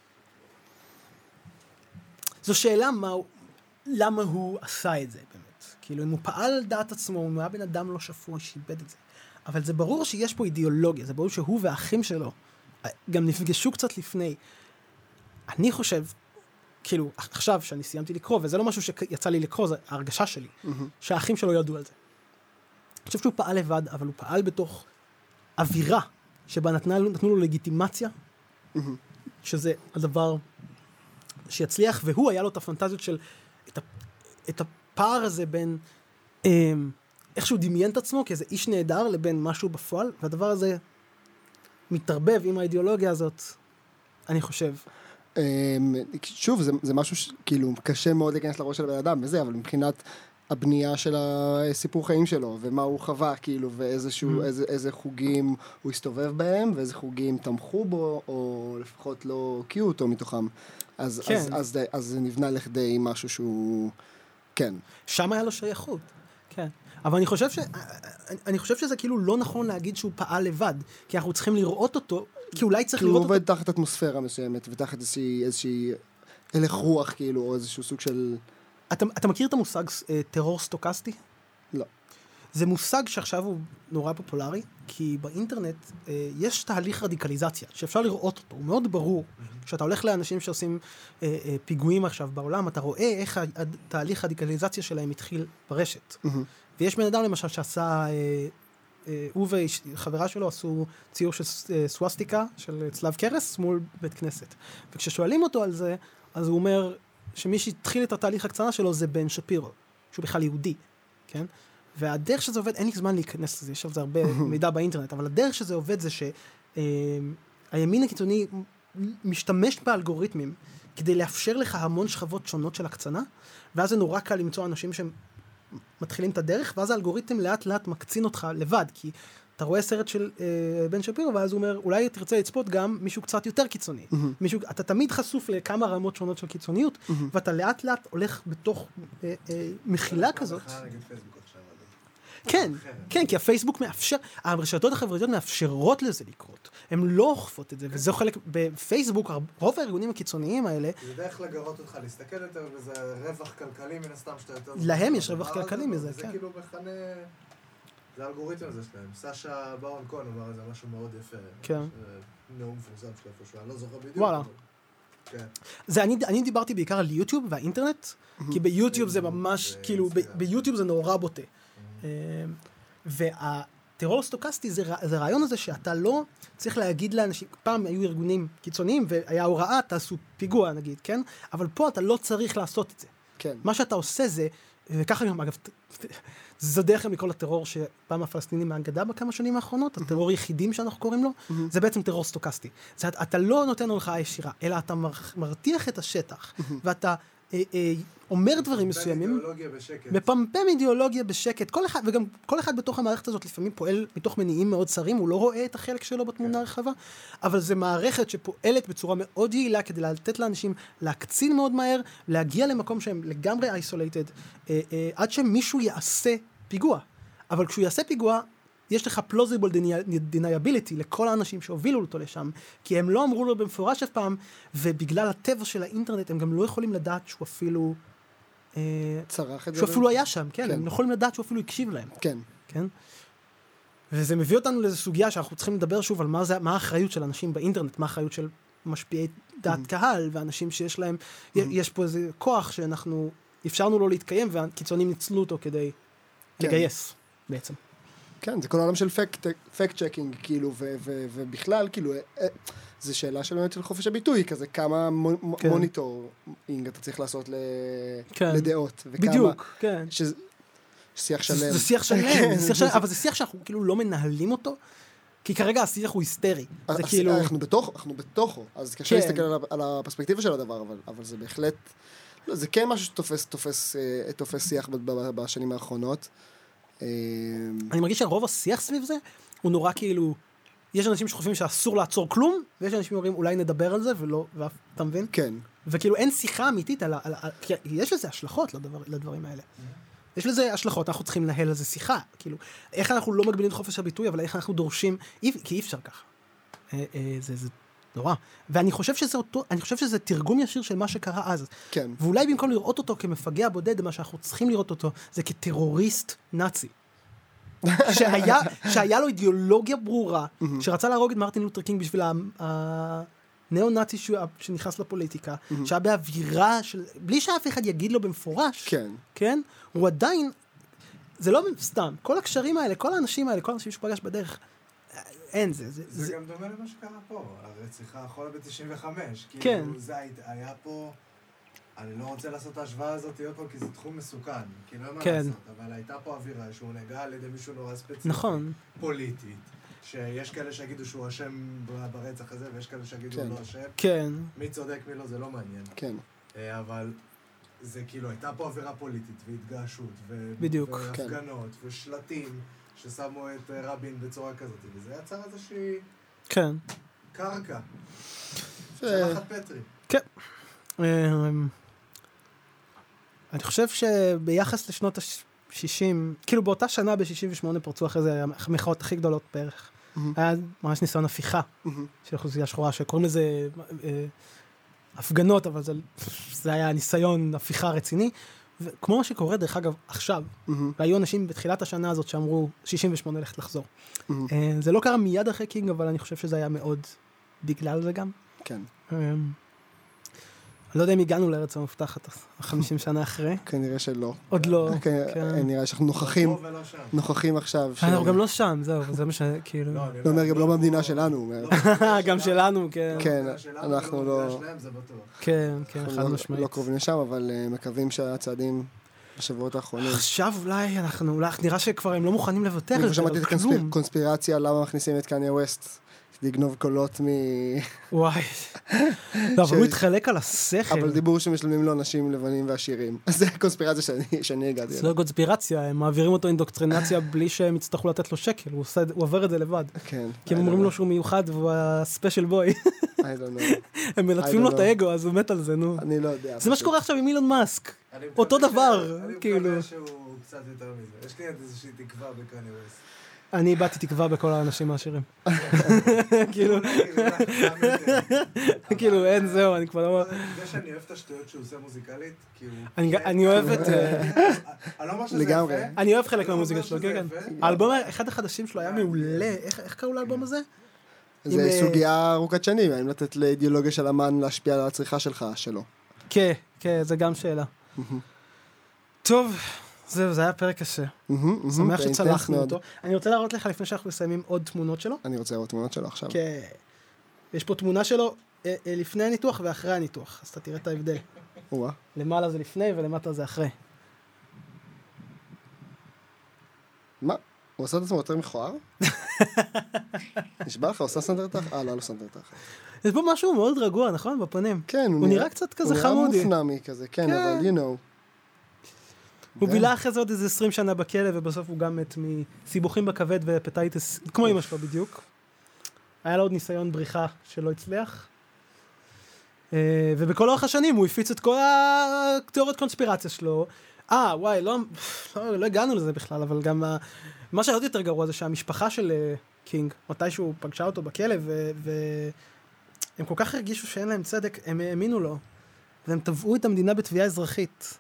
זו שאלה למה הוא עשה את זה באמת. כאילו, אם הוא פעל על דעת עצמו, אם הוא היה בן אדם לא שפוי, שאיבד את זה. אבל זה ברור שיש פה אידיאולוגיה, זה ברור שהוא והאחים שלו גם נפגשו קצת לפני. אני חושב, כאילו, עכשיו שאני סיימתי לקרוא, וזה לא משהו שיצא לי לקרוא, זה ההרגשה שלי, שהאחים שלו ידעו על זה. אני חושב שהוא פעל לבד, אבל הוא פעל בתוך אווירה, שבה נתנו לו לגיטימציה, שזה הדבר שיצליח, והוא היה לו את הפנטזיות של, את הפער הזה בין, איך שהוא דמיין את עצמו, כאיזה איש נהדר, לבין משהו בפועל, והדבר הזה מתערבב עם האידיאולוגיה הזאת, אני חושב. שוב, זה משהו כאילו קשה מאוד להיכנס לראש של הבן אדם וזה, אבל מבחינת הבנייה של הסיפור חיים שלו, ומה הוא חווה, כאילו, ואיזה חוגים הוא הסתובב בהם, ואיזה חוגים תמכו בו, או לפחות לא הקיעו אותו מתוכם. אז זה נבנה לכדי משהו שהוא, כן. שם היה לו שייכות, כן. אבל אני חושב שזה כאילו לא נכון להגיד שהוא פעל לבד, כי אנחנו צריכים לראות אותו, כי אולי צריך לראות אותו. כי הוא עובד תחת אטמוספירה מסוימת, ותחת איזושהי הלך רוח, כאילו, או איזשהו סוג של... אתה מכיר את המושג טרור סטוקסטי? לא. זה מושג שעכשיו הוא נורא פופולרי, כי באינטרנט יש תהליך רדיקליזציה, שאפשר לראות אותו, הוא מאוד ברור. כשאתה הולך לאנשים שעושים פיגועים עכשיו בעולם, אתה רואה איך התהליך רדיקליזציה שלהם התחיל ברשת. ויש בן אדם למשל שעשה, הוא וחברה שלו עשו ציור של סווסטיקה, של צלב קרס, מול בית כנסת. וכששואלים אותו על זה, אז הוא אומר שמי שהתחיל את התהליך הקצנה שלו זה בן שפירו, שהוא בכלל יהודי, כן? והדרך שזה עובד, אין לי זמן להיכנס לזה, יש על זה הרבה מידע באינטרנט, אבל הדרך שזה עובד זה שהימין הקיצוני משתמש באלגוריתמים כדי לאפשר לך המון שכבות שונות של הקצנה, ואז זה נורא קל למצוא אנשים שמתחילים את הדרך, ואז האלגוריתם לאט לאט מקצין אותך לבד, כי אתה רואה סרט של בן שפירו, ואז הוא אומר, אולי תרצה לצפות גם מישהו קצת יותר קיצוני. אתה תמיד חשוף לכמה רמות שונות של קיצוניות, ואתה לאט לאט הולך בתוך מחילה כזאת. כן, כן, כי הפייסבוק מאפשר, הרשתות החברתיות מאפשרות לזה לקרות. הן לא אוכפות את זה, וזה חלק, בפייסבוק, רוב הארגונים הקיצוניים האלה... זה דרך לגרות אותך להסתכל יותר, וזה רווח כלכלי מן הסתם שאתה יותר... להם יש רווח כלכלי מזה, כן. זה כאילו מכנה... זה האלגוריתם הזה שלהם. סשה ברון קון אמר איזה משהו מאוד יפה. כן. נאום מפורסם שלו איפשהו, אני לא זוכר בדיוק. וואלה. כן. אני דיברתי בעיקר על יוטיוב והאינטרנט, כי ביוטיוב זה ממש, כאילו, ביוטיוב זה נורא בוטה. והטרור סטוקסטי זה רעיון הזה שאתה לא צריך להגיד לאנשים, פעם היו ארגונים קיצוניים והיה הוראה, תעשו פיגוע נגיד, כן? אבל פה אתה לא צריך לעשות את זה. כן. מה שאתה עושה זה, וככה גם אגב, זה דרך מכל הטרור שפעם הפלסטינים מהגדה בכמה שנים האחרונות, הטרור יחידים שאנחנו קוראים לו, זה בעצם טרור סטוקסטי. אתה לא נותן הולכה ישירה, אלא אתה מרתיח את השטח, ואתה אומר דברים מסוימים, מפמפם אידיאולוגיה בשקט, וגם כל אחד בתוך המערכת הזאת לפעמים פועל מתוך מניעים מאוד צרים, הוא לא רואה את החלק שלו בתמונה הרחבה, אבל זה מערכת שפועלת בצורה מאוד יעילה כדי לתת לאנשים להקצין מאוד מהר, להגיע למקום שהם לגמרי isolated, עד שמישהו יעשה פיגוע. אבל כשהוא יעשה פיגוע, יש לך plausible deniability לכל האנשים שהובילו אותו לשם, כי הם לא אמרו לו במפורש אף פעם, ובגלל הטבע של האינטרנט הם גם לא יכולים לדעת שהוא אפילו... צרח את זה. שהוא אפילו היה שם, כן? הם לא יכולים לדעת שהוא אפילו הקשיב להם. כן. כן? וזה מביא אותנו לאיזו סוגיה שאנחנו צריכים לדבר שוב על מה האחריות של אנשים באינטרנט, מה האחריות של משפיעי דעת קהל, ואנשים שיש להם, יש פה איזה כוח שאנחנו אפשרנו לו להתקיים, והקיצונים ניצלו אותו כדי לגייס, בעצם. כן, זה כל העולם של פקט צ'קינג, כאילו, ובכלל, כאילו, זה שאלה של חופש הביטוי, כזה, כמה מוניטורינג אתה צריך לעשות לדעות. בדיוק, כן. שיח שלם. זה שיח שלם, אבל זה שיח שאנחנו כאילו לא מנהלים אותו, כי כרגע השיח הוא היסטרי. זה כאילו... אנחנו בתוכו, אז קשה להסתכל על הפרספקטיבה של הדבר, אבל זה בהחלט, זה כן משהו שתופס שיח בשנים האחרונות. אני מרגיש שרוב השיח סביב זה הוא נורא כאילו, יש אנשים שחושבים שאסור לעצור כלום, ויש אנשים שאומרים אולי נדבר על זה ולא, אתה מבין? כן. וכאילו אין שיחה אמיתית כי יש לזה השלכות לדברים האלה. יש לזה השלכות, אנחנו צריכים לנהל על זה שיחה, כאילו, איך אנחנו לא מגבילים את חופש הביטוי, אבל איך אנחנו דורשים, כי אי אפשר ככה. זה נורא. ואני חושב שזה תרגום ישיר של מה שקרה אז. כן. ואולי במקום לראות אותו כמפגע בודד, מה שאנחנו צריכים לראות אותו, זה כטרוריסט נאצי. שהיה לו אידיאולוגיה ברורה, שרצה להרוג את מרטין לותר קינג בשביל הנאו-נאצי שנכנס לפוליטיקה, שהיה באווירה של, בלי שאף אחד יגיד לו במפורש, כן? הוא עדיין, זה לא סתם, כל הקשרים האלה, כל האנשים האלה, כל האנשים שפגש בדרך, אין זה. זה גם דומה למה שקרה פה, הרציחה האחרונה ב-95, כן. כאילו זה היה פה, אני לא רוצה לעשות את ההשוואה הזאת עוד פעם, כי זה תחום מסוכן, כי לא מה לעשות, אבל הייתה פה אווירה שהוא נגע על ידי מישהו נורא ספציפי, נכון. פוליטית, שיש כאלה שיגידו שהוא אשם ברצח הזה, ויש כאלה שיגידו הוא לא אשם. כן. מי צודק, מי לא, זה לא מעניין. כן. אבל זה כאילו, הייתה פה אווירה פוליטית, והתגעשות, בדיוק. והפגנות, ושלטים, ששמו את רבין בצורה כזאת, וזה יצר איזושהי כן. קרקע. צלחת פטרי. כן. אני חושב שביחס לשנות ה-60, כאילו באותה שנה ב-68 פרצו אחרי זה המחאות הכי גדולות בערך. היה ממש ניסיון הפיכה של אוכלוסייה שחורה, שקוראים לזה הפגנות, אבל זה היה ניסיון הפיכה רציני. וכמו מה שקורה דרך אגב עכשיו, והיו אנשים בתחילת השנה הזאת שאמרו 68 הולכת לחזור. זה לא קרה מיד אחרי קינג, אבל אני חושב שזה היה מאוד בגלל זה גם. כן. אני לא יודע אם הגענו לארץ המובטחת 50 שנה אחרי. כנראה שלא. עוד לא. נראה שאנחנו נוכחים עכשיו. אנחנו גם לא שם, זהו, זה מה שכאילו... לא אומר, גם לא במדינה שלנו. גם שלנו, כן. כן, אנחנו לא... כן, כן, חד משמעית. לא קרובים לשם, אבל מקווים שהצעדים בשבועות האחרונים. עכשיו אולי נראה שכבר הם לא מוכנים לוותר. אני שמעתי את קונספירציה למה מכניסים את קניה ווסט. לגנוב קולות וואי. לא, אבל הוא התחלק על השכל. אבל דיבור שמשלמים לו אנשים לבנים ועשירים. אז זה הקונספירציה שאני הגעתי. זה לא קונספירציה, הם מעבירים אותו אינדוקטרינציה בלי שהם יצטרכו לתת לו שקל, הוא עובר את זה לבד. כן. כי הם אומרים לו שהוא מיוחד והוא הספיישל בוי. I don't know. הם מלטפים לו את האגו, אז הוא מת על זה, נו. אני לא יודע. זה מה שקורה עכשיו עם אילון מאסק. אותו דבר, כאילו. אני מקווה שהוא קצת יותר מזה. יש לי איזושהי תקווה בקניה ווסט. אני איבדתי תקווה בכל האנשים העשירים. כאילו, אין זהו, אני כבר לא... זה שאני אוהב את השטויות שהוא עושה מוזיקלית, כי הוא... אני אוהב את... אני לא אומר שזה יפה. אני אוהב חלק מהמוזיקה שלו, כן, כן. האלבום, אחד החדשים שלו היה מעולה. איך קראו לאלבום הזה? זה סוגיה ארוכת שנים, האם לתת לאידיאולוגיה של אמן להשפיע על הצריכה שלו. כן, כן, זה גם שאלה. טוב. זהו, זה היה פרק קשה. שמח שצלחנו אותו. אני רוצה להראות לך לפני שאנחנו מסיימים עוד תמונות שלו. אני רוצה לראות תמונות שלו עכשיו. כן. יש פה תמונה שלו לפני הניתוח ואחרי הניתוח, אז אתה תראה את ההבדל. למעלה זה לפני ולמטה זה אחרי. מה? הוא עושה את עצמו יותר מכוער? נשבע לך, הוא עושה סנטר תחת? לא סנטר תחת. יש פה משהו מאוד רגוע, נכון? בפנים. כן, הוא נראה קצת כזה חמודי. הוא נראה מופנמי כזה, כן, אבל you know. הוא בילה אחרי זה עוד איזה 20 שנה בכלא, ובסוף הוא גם מת מסיבוכים בכבד והפטייטיס, כמו אמא שלו בדיוק. היה לו עוד ניסיון בריחה שלא הצליח. ובכל אורך השנים הוא הפיץ את כל התיאוריות קונספירציה שלו. וואי, לא הגענו לזה בכלל, אבל גם מה שעוד יותר גרוע זה שהמשפחה של קינג, מתישהו פגשה אותו בכלא, והם כל כך הרגישו שאין להם צדק, הם האמינו לו, והם תבעו את המדינה בתביעה אזרחית.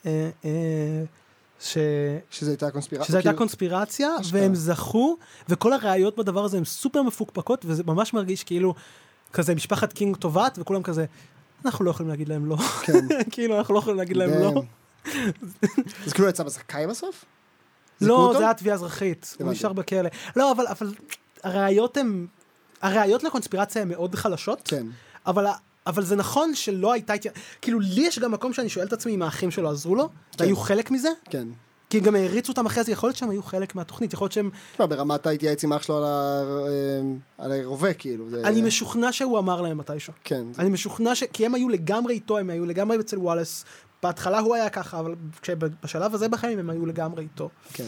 שזה הייתה קונספירציה, והם זכו, וכל הראיות בדבר הזה הם סופר מפוקפקות, וזה ממש מרגיש כאילו, כזה משפחת קינג טובת, וכולם כזה, אנחנו לא יכולים להגיד להם לא. כאילו, אנחנו לא יכולים להגיד להם לא. אז כאילו יצא בזכאי בסוף? לא, זה היה תביעה אזרחית, הוא נשאר בכלא. לא, אבל הראיות לקונספירציה הן מאוד חלשות, כן. אבל זה נכון שלא הייתה... כאילו, לי יש גם מקום שאני שואל את עצמי אם האחים שלו עזרו לו, והיו חלק מזה. כן. כי גם הריצו אותם אחרי זה, יכול להיות שהם היו חלק מהתוכנית, יכול להיות שהם... ברמת ההתייעץ עם אח שלו על הרובה, כאילו. אני משוכנע שהוא אמר להם מתישהו. כן. אני משוכנע כי הם היו לגמרי איתו, הם היו לגמרי אצל וואלס. בהתחלה הוא היה ככה, אבל בשלב הזה בחיים הם היו לגמרי איתו. כן.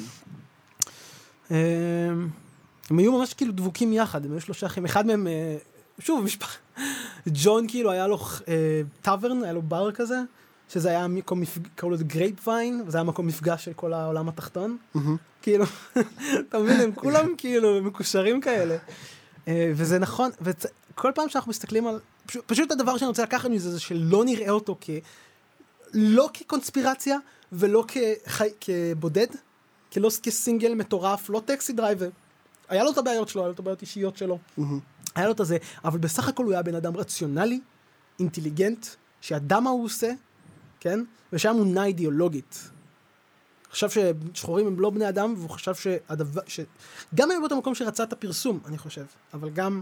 הם היו ממש כאילו דבוקים יחד, הם היו שלושה אחים. אחד מהם... שוב, משפחה. ג'ון כאילו היה לו טאברן, היה לו בר כזה, שזה היה מקום קראו לזה גרייפ ויין, וזה היה מקום מפגש של כל העולם התחתון. כאילו, אתה מבין, הם כולם כאילו מקושרים כאלה. וזה נכון, וכל פעם שאנחנו מסתכלים על, פשוט הדבר שאני רוצה לקחת מזה, זה שלא נראה אותו לא כקונספירציה, ולא כבודד, לא כסינגל מטורף, לא טקסי דרייבר. היה לו את הבעיות שלו, היה לו את הבעיות אישיות שלו. היה לו את זה, אבל בסך הכל הוא היה בן אדם רציונלי, אינטליגנט, שידע מה הוא עושה, כן? ושהיה מונה אידיאולוגית. חשב ששחורים הם לא בני אדם, והוא חשב גם היה באותו מקום שרצה את הפרסום, אני חושב, אבל גם,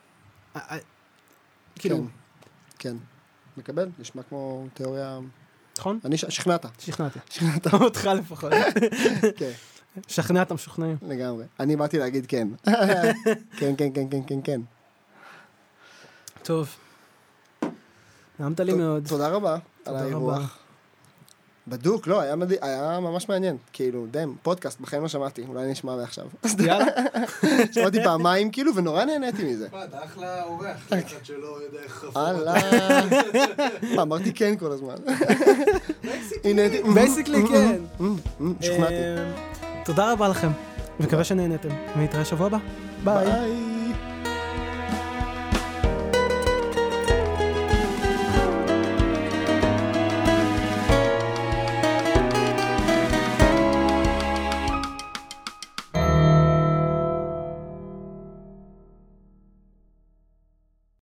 כאילו... כן, מקבל, נשמע כמו תיאוריה... נכון? שכנעת. שכנעתי. אותך לפחות. כן. שכנע את המשוכנעים. לגמרי. אני באתי להגיד כן. כן, כן, כן, כן, כן, כן. טוב. נעמת לי מאוד. תודה רבה על האירוח. בדוק, לא, היה ממש מעניין. כאילו, פודקאסט, בחיים לא שמעתי, אולי אני אשמע מעכשיו. יאללה. שמעתי פעמיים, כאילו, ונורא נהניתי מזה. אתה אחלה אורח, אחד שלא יודע איך חפור. אמרתי כן כל הזמן. בייסיקלי כן. שוכנעתי. תודה רבה לכם, מקווה שנהנתם, ונתראה שבוע הבא. ביי.